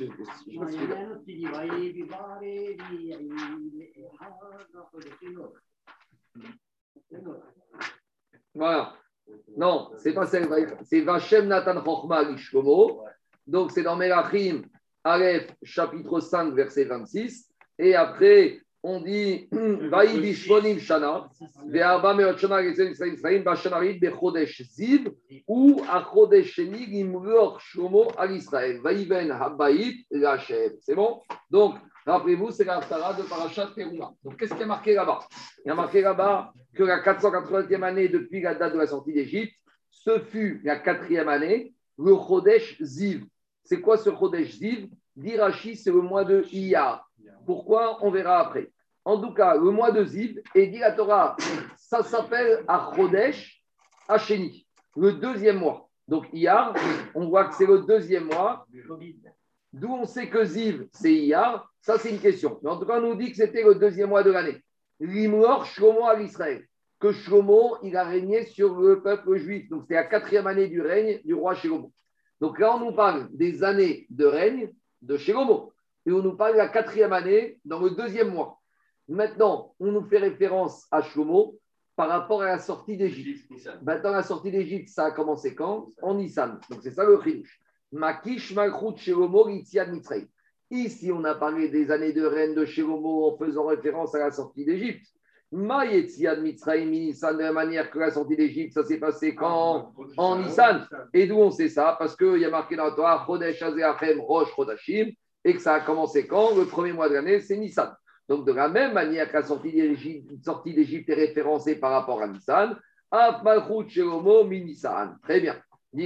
Voilà. Non, c'est pas celle-là. C'est Vachem Natan Chochma Lishlomo. Donc c'est dans Melachim, Aleph, chapitre 5, verset 26. Et après, on dit Vaï Bishvonim Shana, Ve'arba Meot Shana Israël, Bashanarit Bechodesh Ziv, ou Achodesh Sheni Gimlor Shlomo al Israël, Vaïven Habayit Lachem. C'est bon? Donc, rappelez-vous, c'est la Haftara de Parashat Teruma. Donc, qu'est-ce qui est marqué là-bas? Il y a marqué là-bas que la 480e année depuis la date de la sortie d'Égypte, ce fut la 4e année, le Chodesh Ziv. C'est quoi ce Chodesh Ziv? Dirachi, c'est le mois de Iyar. Pourquoi? On verra après. En tout cas, le mois de Ziv, et dit la Torah, ça s'appelle Achodesh Hasheni, le deuxième mois. Donc, Iyar, on voit que c'est le deuxième mois. D'où on sait que Ziv, c'est Iyar, ça c'est une question. Mais en tout cas, on nous dit que c'était le deuxième mois de l'année. Limor Shlomo à l'Israël, que Shlomo, il a régné sur le peuple juif. Donc, c'était la 4e année du règne du roi Shlomo. Donc là, on nous parle des années de règne de Shlomo. Et on nous parle de la 4e année dans le deuxième mois. Maintenant, on nous fait référence à Shlomo par rapport à la sortie d'Égypte. Maintenant, la sortie d'Égypte, ça a commencé quand? En Nissan. Donc, c'est ça le chidouche. Makish Malchut Shlomo Yitziat Mitzrayim. Ici, on a parlé des années de règne de Shlomo en faisant référence à la sortie d'Égypte. Ma Yitziat Mitzrayim Nissan, de la manière que la sortie d'Égypte, ça s'est passé quand? En Nissan. Et d'où on sait ça? Parce qu'il y a marqué dans la Torah Chodesh Azeachem Rosh Chodashim et que ça a commencé quand? Le premier mois de l'année, c'est Nissan. Donc, de la même manière que la sortie d'Égypte est référencée par rapport à Nissan, Af Malchut Shlomo mi Nissan. Très bien.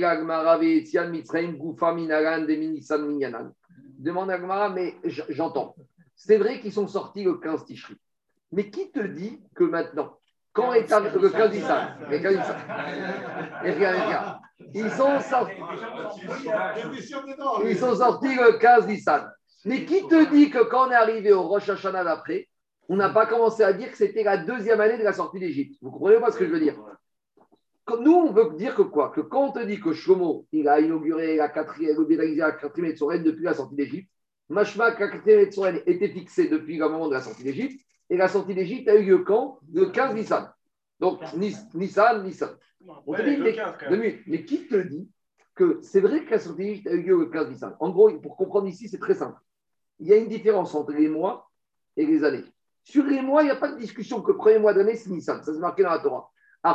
Demande à Gemara, mais j'entends. C'est vrai qu'ils sont sortis le 15 Tishri. Mais qui te dit que maintenant, quand est le 15 Nissan, ils sont sortis le 15 Nissan. Mais qui te dit que quand on est arrivé au Rosh Hashanah d'après, on n'a pas commencé à dire que c'était la 2e année de la sortie d'Égypte? Vous comprenez pas ce que je veux dire? Nous, on veut dire que quoi? Que quand on te dit que Shlomo, il a inauguré la 4e année de son règne depuis la sortie d'Égypte, Mashma, la 4e année de son règne était fixée depuis le moment de la sortie d'Égypte, et la sortie d'Égypte a eu lieu quand? Le 15 Nissan. Donc, Nissan. On te dit, mais qui te dit que c'est vrai que la sortie d'Égypte a eu lieu le 15 Nissan? En gros, pour comprendre ici, c'est très simple. Il y a une différence entre les mois et les années. Sur les mois, il n'y a pas de discussion que le premier mois d'année, c'est Nissan. Ça, c'est marqué dans la Torah.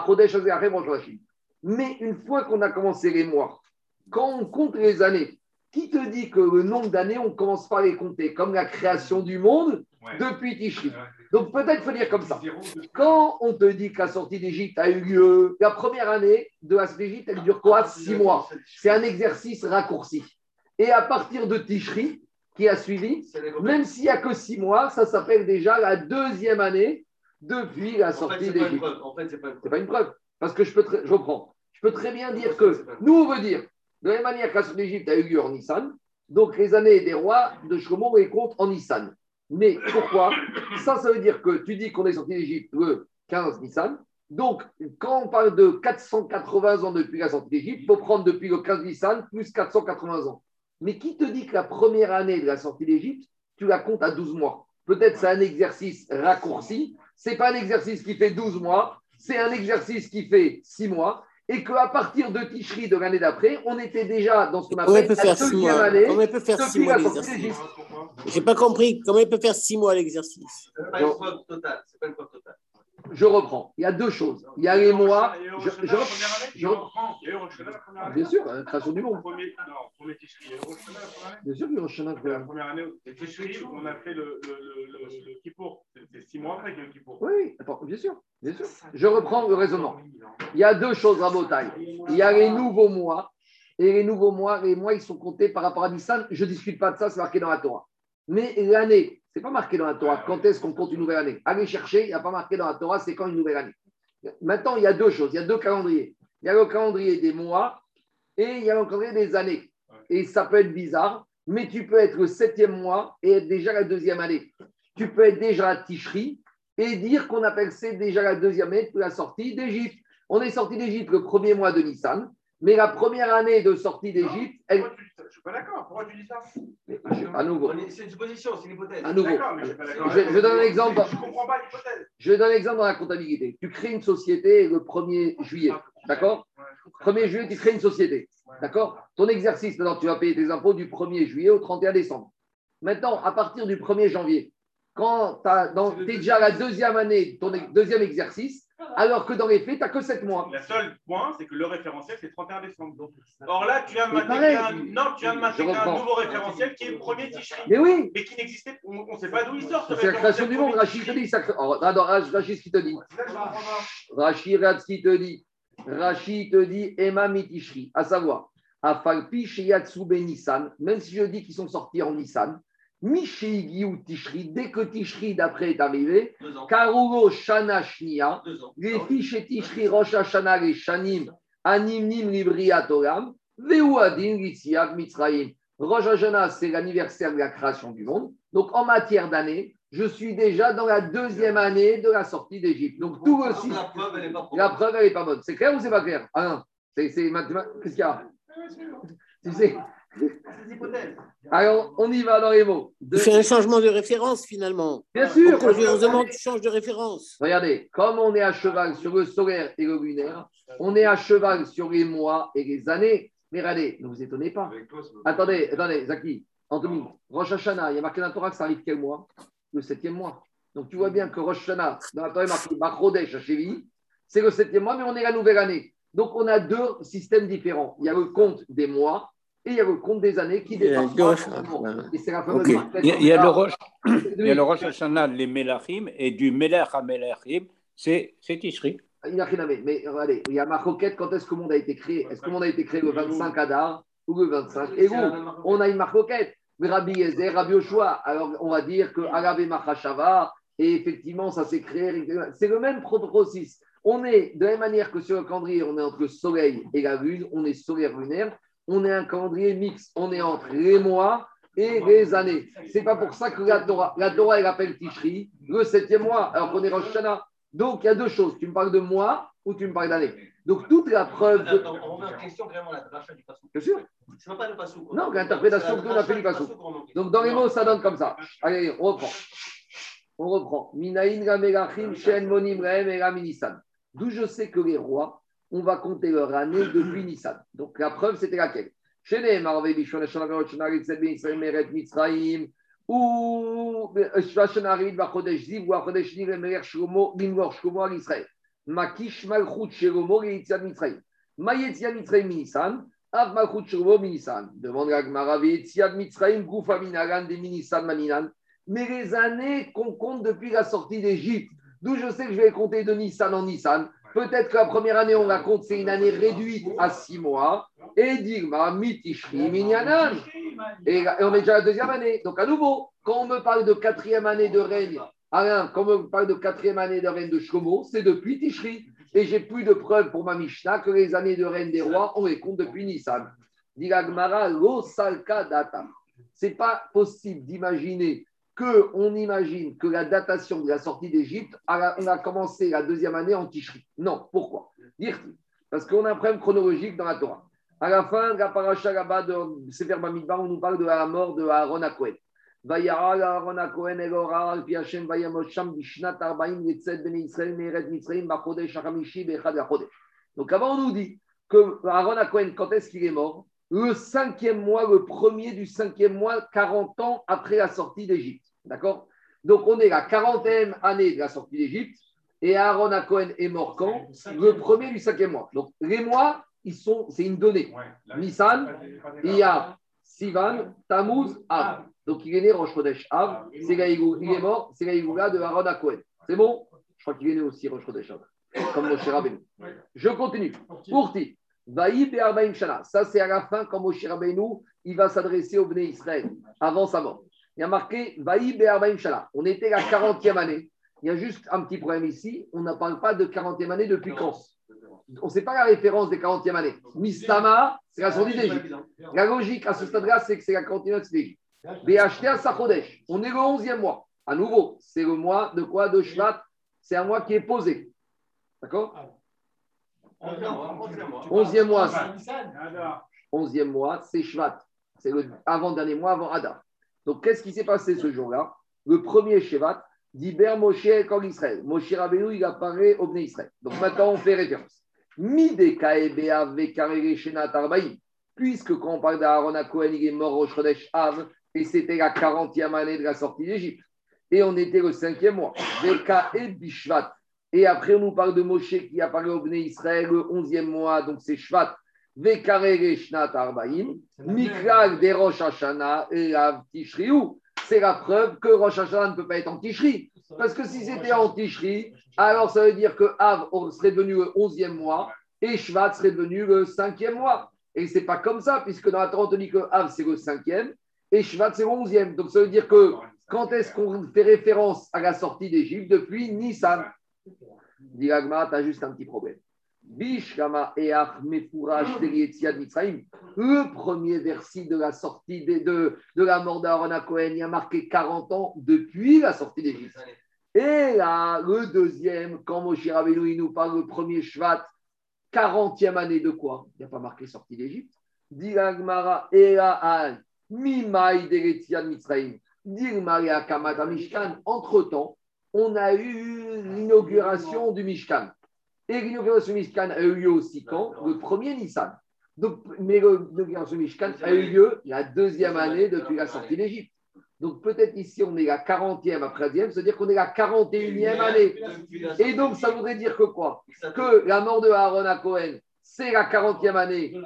Mais une fois qu'on a commencé les mois, quand on compte les années, qui te dit que le nombre d'années, on ne commence pas à les compter comme la création du monde depuis Tishri? Donc peut-être faut dire comme ça. Quand on te dit que la sortie d'Égypte a eu lieu, la première année de la sortie d'Égypte, elle dure quoi? 6 mois. C'est un exercice raccourci. Et à partir de Tishri, qui a suivi, même s'il n'y a que 6 mois, ça s'appelle déjà la 2e année depuis la sortie d'Égypte. En fait, c'est pas une preuve. C'est pas une preuve. Parce que je reprends. Je peux très bien dire que nous, on veut dire, de la même manière que la sortie d'Égypte a eu lieu en Nissan, donc les années des rois de Shlomo, on les compte en Nissan. Mais pourquoi? Ça veut dire que tu dis qu'on est sorti d'Égypte le 15 Nissan. Donc, quand on parle de 480 ans depuis la sortie d'Égypte, il faut prendre depuis le 15 Nissan plus 480 ans. Mais qui te dit que la première année de la sortie d'Égypte, tu la comptes à 12 mois? Peut-être c'est un exercice raccourci. Ce n'est pas un exercice qui fait 12 mois, c'est un exercice qui fait 6 mois. Et qu'à partir de Tishri de l'année d'après, on était déjà dans ce qu'on appelle la deuxième année. Comment il peut faire 6 mois l'exercice? Je n'ai pas compris. Comment il peut faire 6 mois l'exercice? Ce n'est pas une preuve totale. Je reprends. Il y a deux choses. Il y a les mois. Je reprends. Bien sûr, la création du monde. Premier Tishri, il y a eu Rosh Hashanah la première année. Bien sûr, il y a Rosh Hashanah. La première année, c'est Tishri, on a fait le Kippour. C'est 6 mois après qu'il y a eu le Kippour. Oui, bien sûr. Je reprends le raisonnement. Il y a deux choses à Botaï. Il y a les nouveaux mois. Et les nouveaux mois, ils sont comptés par rapport à Nissan. Je ne discute pas de ça, c'est marqué dans la Torah. Mais l'année, ce n'est pas marqué dans la Torah. Quand est-ce qu'on compte une nouvelle année? Allez chercher, il n'y a pas marqué dans la Torah, c'est quand une nouvelle année. Maintenant, il y a deux choses. Il y a deux calendriers. Il y a le calendrier des mois et il y a le calendrier des années. Et ça peut être bizarre, mais tu peux être le 7e mois et être déjà la deuxième année. Tu peux être déjà à Tishri et dire qu'on appelle ça déjà la deuxième année de la sortie d'Égypte. On est sorti d'Égypte le premier mois de Nissan, mais la première année de sortie d'Égypte, Je ne suis pas d'accord. Pourquoi tu dis ça? À nouveau. C'est une supposition, c'est une hypothèse. À nouveau. Je donne un exemple. Je ne comprends pas l'hypothèse. Je donne un exemple dans la comptabilité. Tu crées une société le 1er juillet. D'accord? 1er juillet, tu crées une société. D'accord? Ton exercice, maintenant, tu vas payer tes impôts du 1er juillet au 31 décembre. Maintenant, à partir du 1er janvier, quand tu es déjà à la deuxième année, ton deuxième exercice, alors que dans les faits, tu n'as que 7 mois. Le seul point, c'est que le référentiel, c'est 31 décembre. Or là, tu viens de m'intégrer un nouveau référentiel qui est le premier Tishri. Mais oui. Mais qui n'existait pas. On ne sait pas d'où il sort. C'est la création du monde. Rachid te dit ça. Rachid, ce qu'il te dit. Rachid te dit Emma Mitishri, à savoir, Afalpi Sheyatsu Ben Nissan, même si je dis qu'ils sont sortis en Nissan, Mishéigi ou Tishri, dès que Tishri d'après est arrivé, Karugo Shana Shnia, les fiches Tishri Rosh Hashanah les Shanim, Animnim Libriatolam, Veuadin Litziav Mitzrayim. Rosh Hashanah, c'est l'anniversaire de la création du monde. Donc en matière d'année, je suis déjà dans la deuxième année de la sortie d'Égypte. Donc tout le système. La preuve, elle n'est pas bonne. C'est clair ou c'est pas clair? Ah non. C'est mathématique. Qu'est-ce qu'il y a? Tu sais. Alors, on y va dans les mots. Tu fais un changement de référence finalement. Bien sûr. Curieusement, tu changes de référence. Regardez, comme on est à cheval sur le solaire et le lunaire, on est à cheval sur les mois et les années. Mais regardez, ne vous étonnez pas. Attendez, Zaki, Anthony, Rosh Hashanah, il y a marqué dans la Torah que ça arrive quel mois? Le 7e mois. Donc tu vois bien que Rosh Hashanah, dans la Torah, il y a marqué Bachodesh Hashevi, c'est le 7e mois, mais on est la nouvelle année. Donc on a deux systèmes différents. Il y a le compte des mois et il y a le compte des années qui dépassent. Et c'est la fameuse il y a le Rosh Hashanah, les Melachim, et du Melech à Melachim, c'est Tishri. Mais regardez, il y a ma roquette, quand est-ce que le monde a été créé? Est-ce que le monde a été créé le 25 Adar ou le 25? Et où on a une marcoquette. Rabbi Yezer, Rabbi Yoshua. Alors on va dire que Arabe Machashava, et effectivement ça s'est créé. C'est le même processus. On est de la même manière que sur le calendrier, on est entre le soleil et la lune, on est solaire lunaire, on est un calendrier mixte, on est entre les mois et les années. C'est pas pour ça que la Torah elle appelle Tishri le 7e mois, alors qu'on est Rosh Hashanah. Donc il y a deux choses, tu me parles de mois ou tu me parles d'année. Donc toute la preuve. On remet en question vraiment la dracha du Passouk. Bien sûr. Ce n'est pas le Passouk. Non, l'interprétation qu'on a fait du Passouk. Donc dans les mots, ça donne comme ça. Allez, on reprend. Minaïn Gamelachim, Shen Monim Rehem et Nissan. D'où je sais que les rois, on va compter leur année depuis Nissan. Donc la preuve, c'était laquelle? Chez Marve Bishon Shanagarot Shanarit Israël Meret Mitzrayim ou Shanarit Bachodesh Ziv ou Achodesh Nir Merer Shlomo Limor Shlomo al Israël. Makish Malchut Shlomo Yetzia Mitzrayim. Mayetzia Mitzrayim Nissan. Av Malchut Shlomo Nissan. Demande la Gemara Yetzia Mitzrayim Goufa Minagan de Nissan Maninan. Mais les années qu'on compte depuis la sortie d'Égypte. D'où je sais que je vais compter de Nissan en Nissan. Peut-être que la première année, on la compte, c'est une année réduite à 6 mois. Et Digma, Mitishri, Minyanan. Et on est déjà à la deuxième année. Donc, à nouveau, quand on me parle de 4e année de règne, Alain, quand on me parle de 4e année de règne de Shlomo, c'est depuis Tishri. et j'ai plus de preuves pour ma Mishnah que les années de règne des rois, on les compte depuis Nissan. Dit la Gemara, lo salka data. C'est pas possible d'imaginer qu'on imagine que la datation de la sortie d'Égypte, on a commencé la deuxième année en Tishri. Non, pourquoi? Parce qu'on a un problème chronologique dans la Torah. À la fin de la paracha là-bas de Sefer Bamidbar, on nous parle de la mort de Aaron HaKohen. Vayara Aaron HaKohen el Ora al pi Hashem vayamot sham bishnat 40 yetzet bnei Israël me'eret Mitzrayim b'chodesh hachamishi be'echad ha'chodesh. Donc avant, on nous dit que Aaron HaKohen, quand est-ce qu'il est mort? Le 5e mois, le premier du 5e mois, 40 ans après la sortie d'Égypte. D'accord? Donc on est la 40e année de la sortie d'Égypte et Aaron HaKohen est mort quand? Le premier du 5e mois. Donc les mois, c'est une donnée. Nissan, Iyar, Sivan, Tammuz, Av. Donc il est né Rosh Chodesh Av. C'est là, il est mort, c'est la Igoula de Aaron HaKohen. C'est bon? Je crois qu'il est né aussi Rosh Chodesh Av. Comme Moshe Rabbeinu. Je continue. Pourti. Vaï Be'arbaim Shana. Ça, c'est à la fin quand Moshe Rabbeinu il va s'adresser au Bnei Israël avant sa mort. Il y a marqué Vaï Be'arbaim Shana. On était la 40e année. Il y a juste un petit problème ici. On ne parle pas de 40e année depuis quand? On ne sait pas la référence des 40e années. Mistama, c'est la sortie d'Égypte. La logique à ce stade-là, c'est que c'est la 40e année d'Égypte. Be'ashter Sachodesh. On est le 11e mois. À nouveau, c'est le mois de quoi? De Shvat. C'est un mois qui est posé. D'accord? 11e mois. 11e mois, c'est Shvat. C'est le avant-dernier mois avant Adar. Donc, qu'est-ce qui s'est passé ce jour-là? Le premier Shvat, d'Iber Moshe Kol Israël. Moshe Rabbeinu, il apparaît au Bnei Israël. Donc, maintenant, on fait référence. Mide Kaebea Vekarere Shenat Arbaïm. Puisque quand on parle d'Aaron HaKohen, il est mort au Chodesh Av, et c'était la 40e année de la sortie d'Égypte. Et on était le 5e mois. Veka et Bishvat. Et après, on nous parle de Moshe qui apparaît au Bnei Israël le 11e mois, donc c'est Shvat. Vekarere Shnat Arbaïm. Miklal de Rosh Hashanah et la Tishriou. C'est la preuve que Rosh Hashanah ne peut pas être en Tishri. Parce que si c'était en Tishri, alors ça veut dire que Av serait devenu le 11e mois et Shvat serait devenu le 5e mois. Et ce n'est pas comme ça, puisque dans la Torah, on dit que Av, c'est le 5e et Shvat, c'est le 11e. Donc ça veut dire que quand est-ce qu'on fait référence à la sortie d'Égypte? Depuis Nissan. Dit l'Agma, tu as juste un petit problème. Le premier verset de la sortie de la mort d'Aaron HaKohen, il y a marqué 40 ans depuis la sortie d'Égypte. Et là, le deuxième, quand Moshe Rabbeinu nous parle le premier Shvat, 40e année de quoi? Il n'y a pas marqué sortie d'Égypte. Dit l'Agmara, entre-temps, on a eu l'inauguration du Mishkan. Et l'inauguration du Mishkan a eu lieu aussi quand? Le premier Nissan. Donc, mais l'inauguration du Mishkan a eu lieu la deuxième année depuis la sortie d'Égypte. Donc, peut-être ici, on est la 40e après 13e, c'est-à-dire qu'on est la 41e année. Et donc, ça voudrait dire que quoi? Que la mort de Aaron HaKohen, c'est la 40e année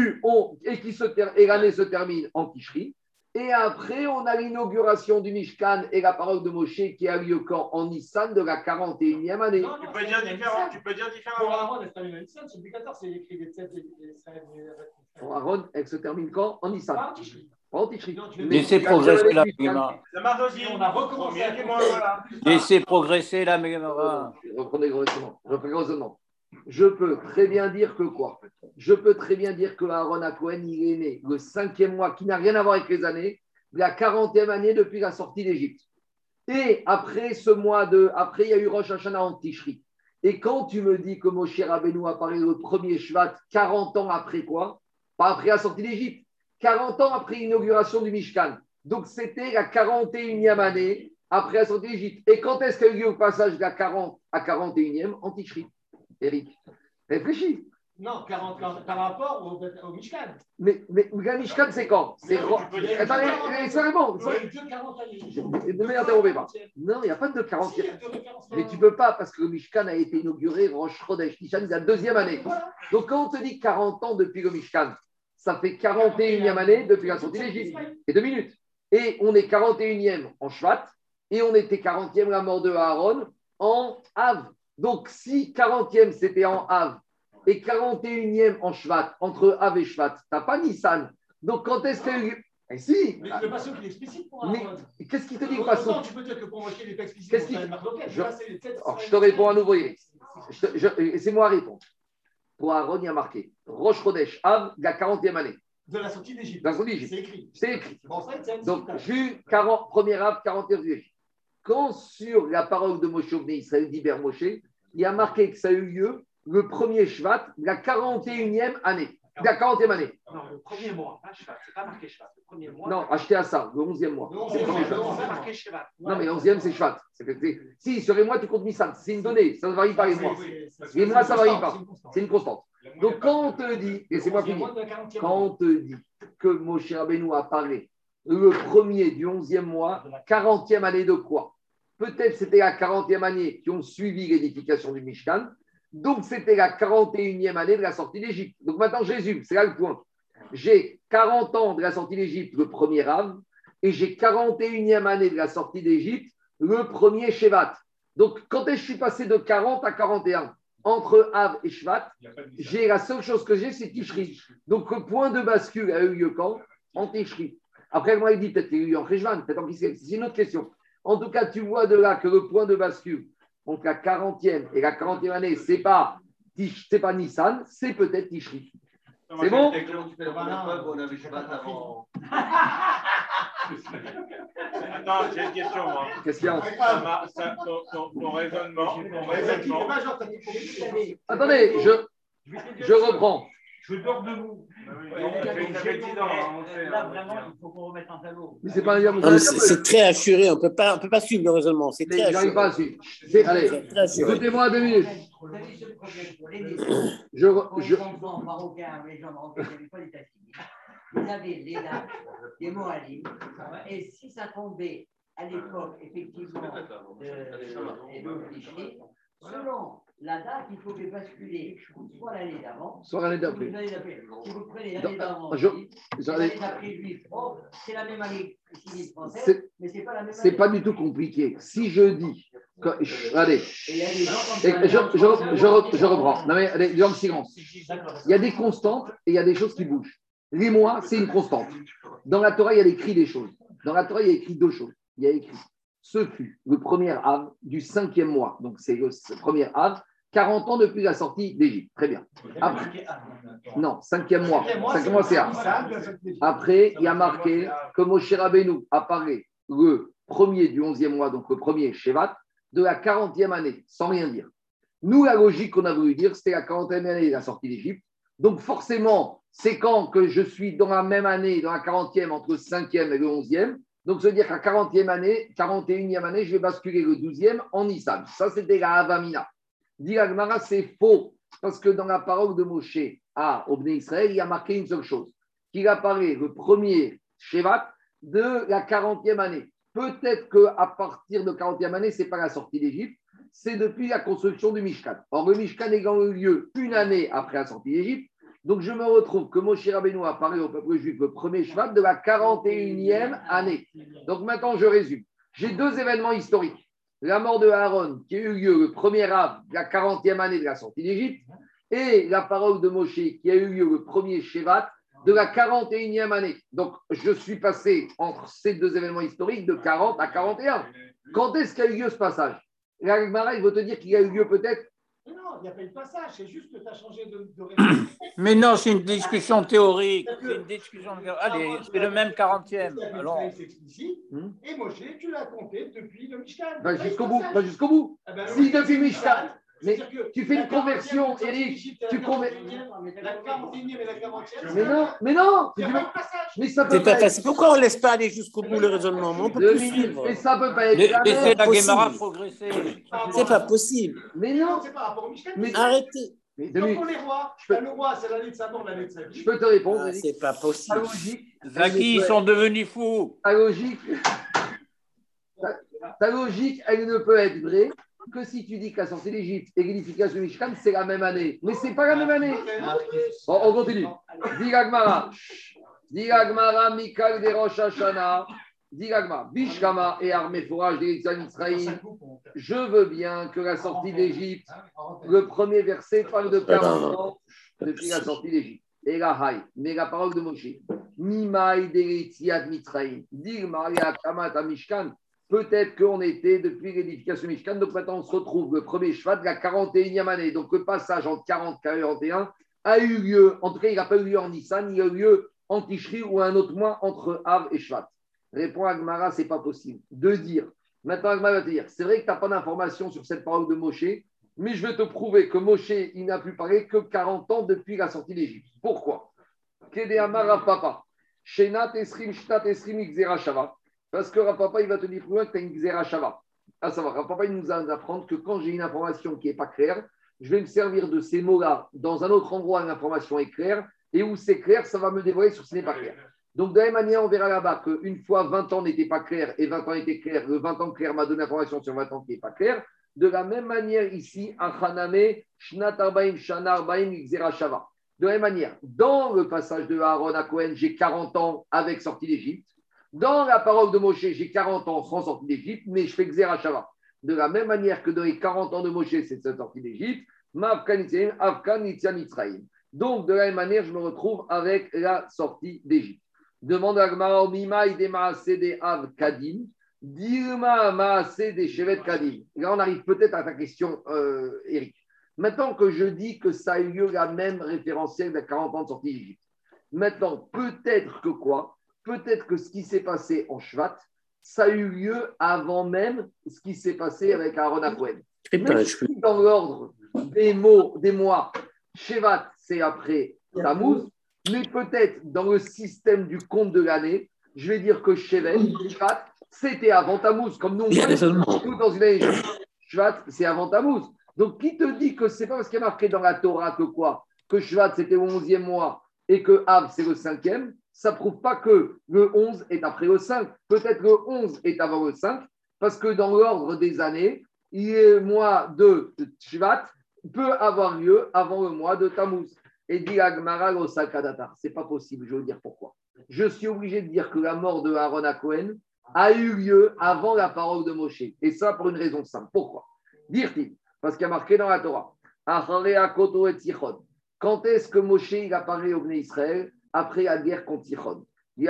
et l'année se termine en Tishri. Et après, on a l'inauguration du Mishkan et la parole de Moshe qui a lieu quand? En Nissan de la 41e année. Non, tu peux dire différent. Pour Aaron, elle se termine en Nissan, c'est obligatoire, c'est écrit des 7 et Pour Aaron, elle se termine quand? En Nissan. Pas en Tishri. Laissez progresser la Gemara. Ça marche aussi. On a recommencé. Laissez progresser la Gemara. Reprenez le raisonnement. Je peux très bien dire que quoi? Je peux très bien dire que Aaron HaKohen, il est né le 5e mois, qui n'a rien à voir avec les années, la 40e année depuis la sortie d'Égypte. Et après après, il y a eu Rosh Hashanah en Tishri. Et quand tu me dis que Moshe Rabbeinu apparaît le premier Shvat 40 ans après quoi? Pas après la sortie d'Égypte, 40 ans après l'inauguration du Mishkan. Donc c'était la 41e année après la sortie d'Égypte. Et quand est-ce qu'il y a eu le passage de la 40 à 41e en Tishri? Eric, réfléchis. Non, 40 ans par rapport au Mishkan. Mais le Mishkan, c'est quand? C'est attendez, c'est bon. Ne m'interrompez pas. Non, il n'y a pas de 40. Mais tu ne peux pas, parce que le Mishkan a été inauguré Rosh Chodesh Nissan, c'est la deuxième année. Donc, quand on te dit 40 ans depuis le Mishkan, ça fait 41e année depuis la sortie d'Égypte. Et 2 minutes. Et on est 41e en Shvat, et on était 40e la mort de Aaron en Av. Donc, si 40e c'était en Av et 41e en Shvat, entre Av et Shvat, tu n'as pas Nissan. Donc, quand est-ce que. Eh si. Mais le passage est explicite pour Aaron. Mais qu'est-ce qui te dit le passage? Tu peux dire que pour moi, il n'est pas explicite. Je te réponds à nouveau. Laissez-moi répondre. Pour Aaron, il y a marqué Rosh Chodesh Av, la 40e année. De la sortie d'Égypte. La sortie d'Égypte. C'est écrit. C'est écrit. Bon, ça, c'est Donc, vu 1er Av, 40e d'Égypte. Quand sur la parole de Moshe Obné Israël d'Iber Moshe, il y a marqué que ça a eu lieu le premier Shvat de la 41e année. De la 40e année. Non, le premier mois, pas Shvat. C'est pas marqué Shvat. Le premier mois. Non, acheté à ça, le 11e mois. C'est C'est marqué Shvat. Non, mais 11e, c'est Shvat. Si, sur les mois, tu comptes Nissan. C'est une donnée. Ça ne varie pas les mois. Les mois, ça ne varie pas. C'est une constante. Donc, quand on te dit, laissez-moi finir, quand on te dit que Moshe Rabbeinu a parlé le premier du 11e mois, 40e année de quoi? Peut-être c'était la 40e année qui ont suivi l'édification du Mishkan. Donc, c'était la 41e année de la sortie d'Égypte. Donc, maintenant, je résume. C'est là le point. J'ai 40 ans de la sortie d'Égypte, le premier Av, et j'ai 41e année de la sortie d'Égypte, le premier Shevat. Donc, quand je suis passé de 40 à 41, entre Av et Shvat, j'ai la seule chose que j'ai, c'est Tishri. Donc, le point de bascule a eu lieu quand? En Tishri. Après, moi, il dit peut-être qu'il y a eu en Cheshvan, peut-être en Kislev. C'est une autre question. En tout cas, tu vois de là que le point de bascule, donc la 40e et la 40e année, c'est pas Nissan, c'est peut-être Tishri. C'est bon? Attends, j'ai une question, moi. Qu'est-ce qu'il y a? Ton raisonnement. Attendez, je reprends. Je dors debout. Là, vraiment, il faut qu'on remette un tableau. Mais c'est pas un Non, c'est très assuré, on peut pas suivre le raisonnement. C'est très J'arrive assuré. pas à suivre. Allez, Très assuré. écoutez-moi 2 minutes. Je- Les enfants marocains, les gens marocains, il n'y avait pas d'état civil. Ils avaient les dates, des Moalim. Et si ça tombait à l'époque, effectivement, de Tishri, selon la date, il pouvait basculer soit l'année d'avant, Soit l'année d'après. Si vous prenez l'année d'avant, J'allais- l'année d'après juif, c'est la même année civile française, C'est- mais c'est pas la même année. C'est pas du tout compliqué. Si je dis. Allez, Et il y a des gens comme je reprends. Non, mais allez, en silence. Il y a des constantes et il y a des choses qui bougent. Les mois, c'est une constante. Dans la Torah, il y a écrit des choses. Dans la Torah, il y a écrit 2 choses. Il y a écrit ce fut le premier Av du 5e mois. Donc, c'est le premier Av, 40 ans depuis la sortie d'Égypte. Très bien. Après, non, 5e mois. 5e mois, c'est Av. Après, il y a marqué que Moshe Rabbeinu apparaît le premier du 11e mois, donc le premier Shevat, de la 40e année, sans rien dire. Nous, la logique qu'on a voulu dire, c'était la 40e année de la sortie d'Égypte. Donc, forcément, c'est quand que je suis dans la même année, dans la 40e, entre le 5e et le 11e. Donc, ça veut dire qu'à 40e année, 41e année, je vais basculer le 12e en Nissan. Ça, c'était la Havamina. Dit Agmara, c'est faux. Parce que dans la parole de Moshe à Obné Israël, il y a marqué une seule chose. Qu'il apparaît le premier Shevat de la 40e année. Peut-être qu'à partir de 40e année, ce n'est pas la sortie d'Égypte, c'est depuis la construction du Mishkan. Or, le Mishkan ayant eu lieu une année après la sortie d'Égypte, donc je me retrouve que Moshe Rabbeinu apparaît au peuple juif le premier Shvat de la 41e année. Donc maintenant, je résume. J'ai 2 événements historiques. La mort de Aaron, qui a eu lieu le premier Av de la 40e année de la sortie d'Égypte, et la parole de Moshe, qui a eu lieu le premier Shevat de la 41e année. Donc, je suis passé entre ces 2 événements historiques de 40 à 41. Quand est-ce qu'a eu lieu ce passage? La Gemara, il veut te dire qu'il a eu lieu peut-être. Non, il n'y a pas eu de passage, c'est juste que tu as changé de référence. Mais non, c'est une discussion théorique. C'est une discussion. Allez, c'est le même 40e. Alors, C'est explicite. Et Moshe, tu l'as compté depuis le Mishkan. Pas jusqu'au bout, pas jusqu'au bout. Eh ben, Si depuis Mishkan, mais c'est-à-dire que tu fais une la conversion, 40e, Eric, la tu conver- 41e, la 41e et la 40e. Mais non, Il n'y a pas eu de passage. mais ça peut C'est pas pas être. facile. Pourquoi on ne laisse pas aller jusqu'au bout le raisonnement? On peut 2 plus minutes, suivre. mais ça peut pas être la laissez même. la possible. Guémara progresser. C'est pas possible. Mais non, C'est par rapport au Mishkan. Mais- Arrêtez. mais 2 Quand minutes. on les rois, Je peux- le roi, c'est l'année de sa mort, l'année de sa vie. Je peux te répondre, Ah, Eric. c'est pas Ta possible. logique, Zaki, ils sont devenus fous. ta logique, ta logique, elle ne peut être vraie que si tu dis que la sortie d'Égypte et l'édification du Mishkan, c'est la même année. Mais c'est pas la même année. Bon, on continue. Dis Gagmara. Dis Gagmara, Mikal de Rosh Hashanah. Dis Gagmara, Bishkama et armée forage d'Égypte Israël. Je veux bien que la sortie d'Égypte, le premier verset parle de 40 ans depuis la sortie d'Égypte. Et la haï, mais la parole de Moshe. Mimaï de Yetziat Mitzrayim. Dis Maria Kamat Mishkan. peut-être qu'on était depuis l'édification Mishkan, donc maintenant on se retrouve le premier Shvat de la 41e année. Donc le passage entre 40 et 41 a eu lieu, en tout cas il n'a pas eu lieu en Nissan, il a eu lieu en Tishri ou un autre mois entre Av et Shvat. Répond Agmara, ce n'est pas possible. De dire, maintenant Agmara va te dire, c'est vrai que tu n'as pas d'informations sur cette parole de Moshe, mais je vais te prouver que Moshe, il n'a pu parler que 40 ans depuis la sortie d'Égypte. Pourquoi? Parce que Rapapa, il va te dire plus loin que tu as une Xera Shava. À savoir, Rapapa, il nous a apprendre que quand j'ai une information qui n'est pas claire, je vais me servir de ces mots-là dans un autre endroit où l'information est claire, et où c'est clair, ça va me dévoiler sur ce n'est pas clair. Donc, de la même manière, on verra là-bas qu'une fois 20 ans n'était pas clair et 20 ans était clair, le 20 ans clair m'a donné l'information sur 20 ans qui n'est pas clair. De la même manière, ici, Achaname, Shnat Arbaim, Shana Arbaim, Xera Shava. De la même manière, dans le passage de Aaron à Cohen, j'ai 40 ans avec sortie d'Égypte. Dans la parole de Moshe, j'ai 40 ans sans sortie d'Égypte, mais je fais Xera Shava. De la même manière que dans les 40 ans de Moshe, c'est cette sortie d'Égypte, Afkan Nitzian Israël. Donc, de la même manière, je me retrouve avec la sortie d'Égypte. Demande à Gmara, Mima Idemaase de Av Kadim. Dilma Maase des Shevet Kadim. Là, on arrive peut-être à ta question, Eric. Maintenant que je dis que ça a eu lieu la même référentielle de 40 ans de sortie d'Égypte. Maintenant, peut-être que quoi? Peut-être que ce qui s'est passé en Shvat, ça a eu lieu avant même ce qui s'est passé avec Aaron à Cohen. Même si dans l'ordre des mois, Shevat, c'est après Tammuz, mais peut-être dans le système du compte de l'année, je vais dire que Shevat, c'était avant Tammuz, comme nous, on tout dans une année. Shvat, c'est avant Tammuz. Donc, qui te dit que c'est pas parce qu'il y a marqué dans la Torah que quoi? Que Shvat, c'était le 11e mois et que Av, c'est le 5e, ça ne prouve pas que le 11 est après le 5. Peut-être que le 11 est avant le 5, parce que dans l'ordre des années, le mois de Shvat peut avoir lieu avant le mois de Tammuz. Et dit Agmara Osakadatar. Ce n'est pas possible, je vais vous dire pourquoi. Je suis obligé de dire que la mort de Aaron à Cohen a eu lieu avant la parole de Moshe. Et ça pour une raison simple. Pourquoi? Dire-t-il, parce qu'il y a marqué dans la Torah, quand est-ce que Moshe il a parlé au Bnei Israël? Après la guerre contre Sichon. Mais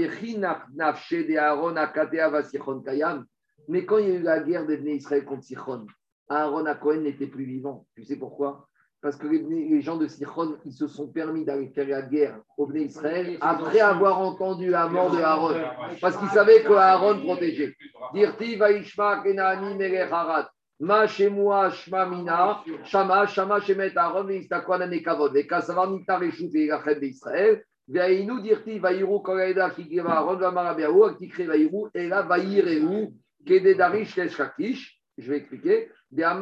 quand il y a eu la guerre des Bnei Israël contre Sichon, Aaron à Cohen n'était plus vivant. Tu sais pourquoi? Parce que les gens de Sichon, ils se sont permis d'aller faire la guerre au Bnei Israël après avoir entendu la mort de Aaron. Parce qu'ils savaient que Aaron protégeait. Dirti vaishma kenani melech Arad. Ma shemua shma mina, shama shemet Aaron veistakwana nekavod. Vekasavar nita reshut veilachem d'Israël. Veinu dirti vairu koraida kigeva Aaron vamarabiahu aktikre vairu ela vaireu kededarish leshakish. Je vais expliquer.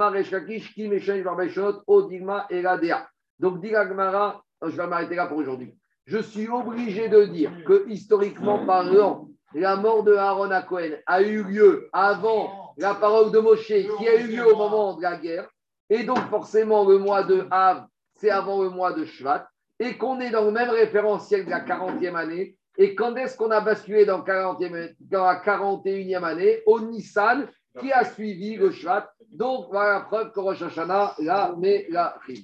Donc, dit Gmara, je vais m'arrêter là pour aujourd'hui. Je suis obligé de dire que, historiquement parlant, la mort de Aaron à Cohen a eu lieu avant la parole de Moshe, qui a eu lieu au moment de la guerre. Et donc, forcément, le mois de Av, c'est avant le mois de Shvat. Et qu'on est dans le même référentiel de la 40e année. Et quand est-ce qu'on a basculé dans la 41e année? Au Nissan, qui a suivi le Shvat. Donc, voilà la preuve que Rosh Hashanah, là, mais la rime.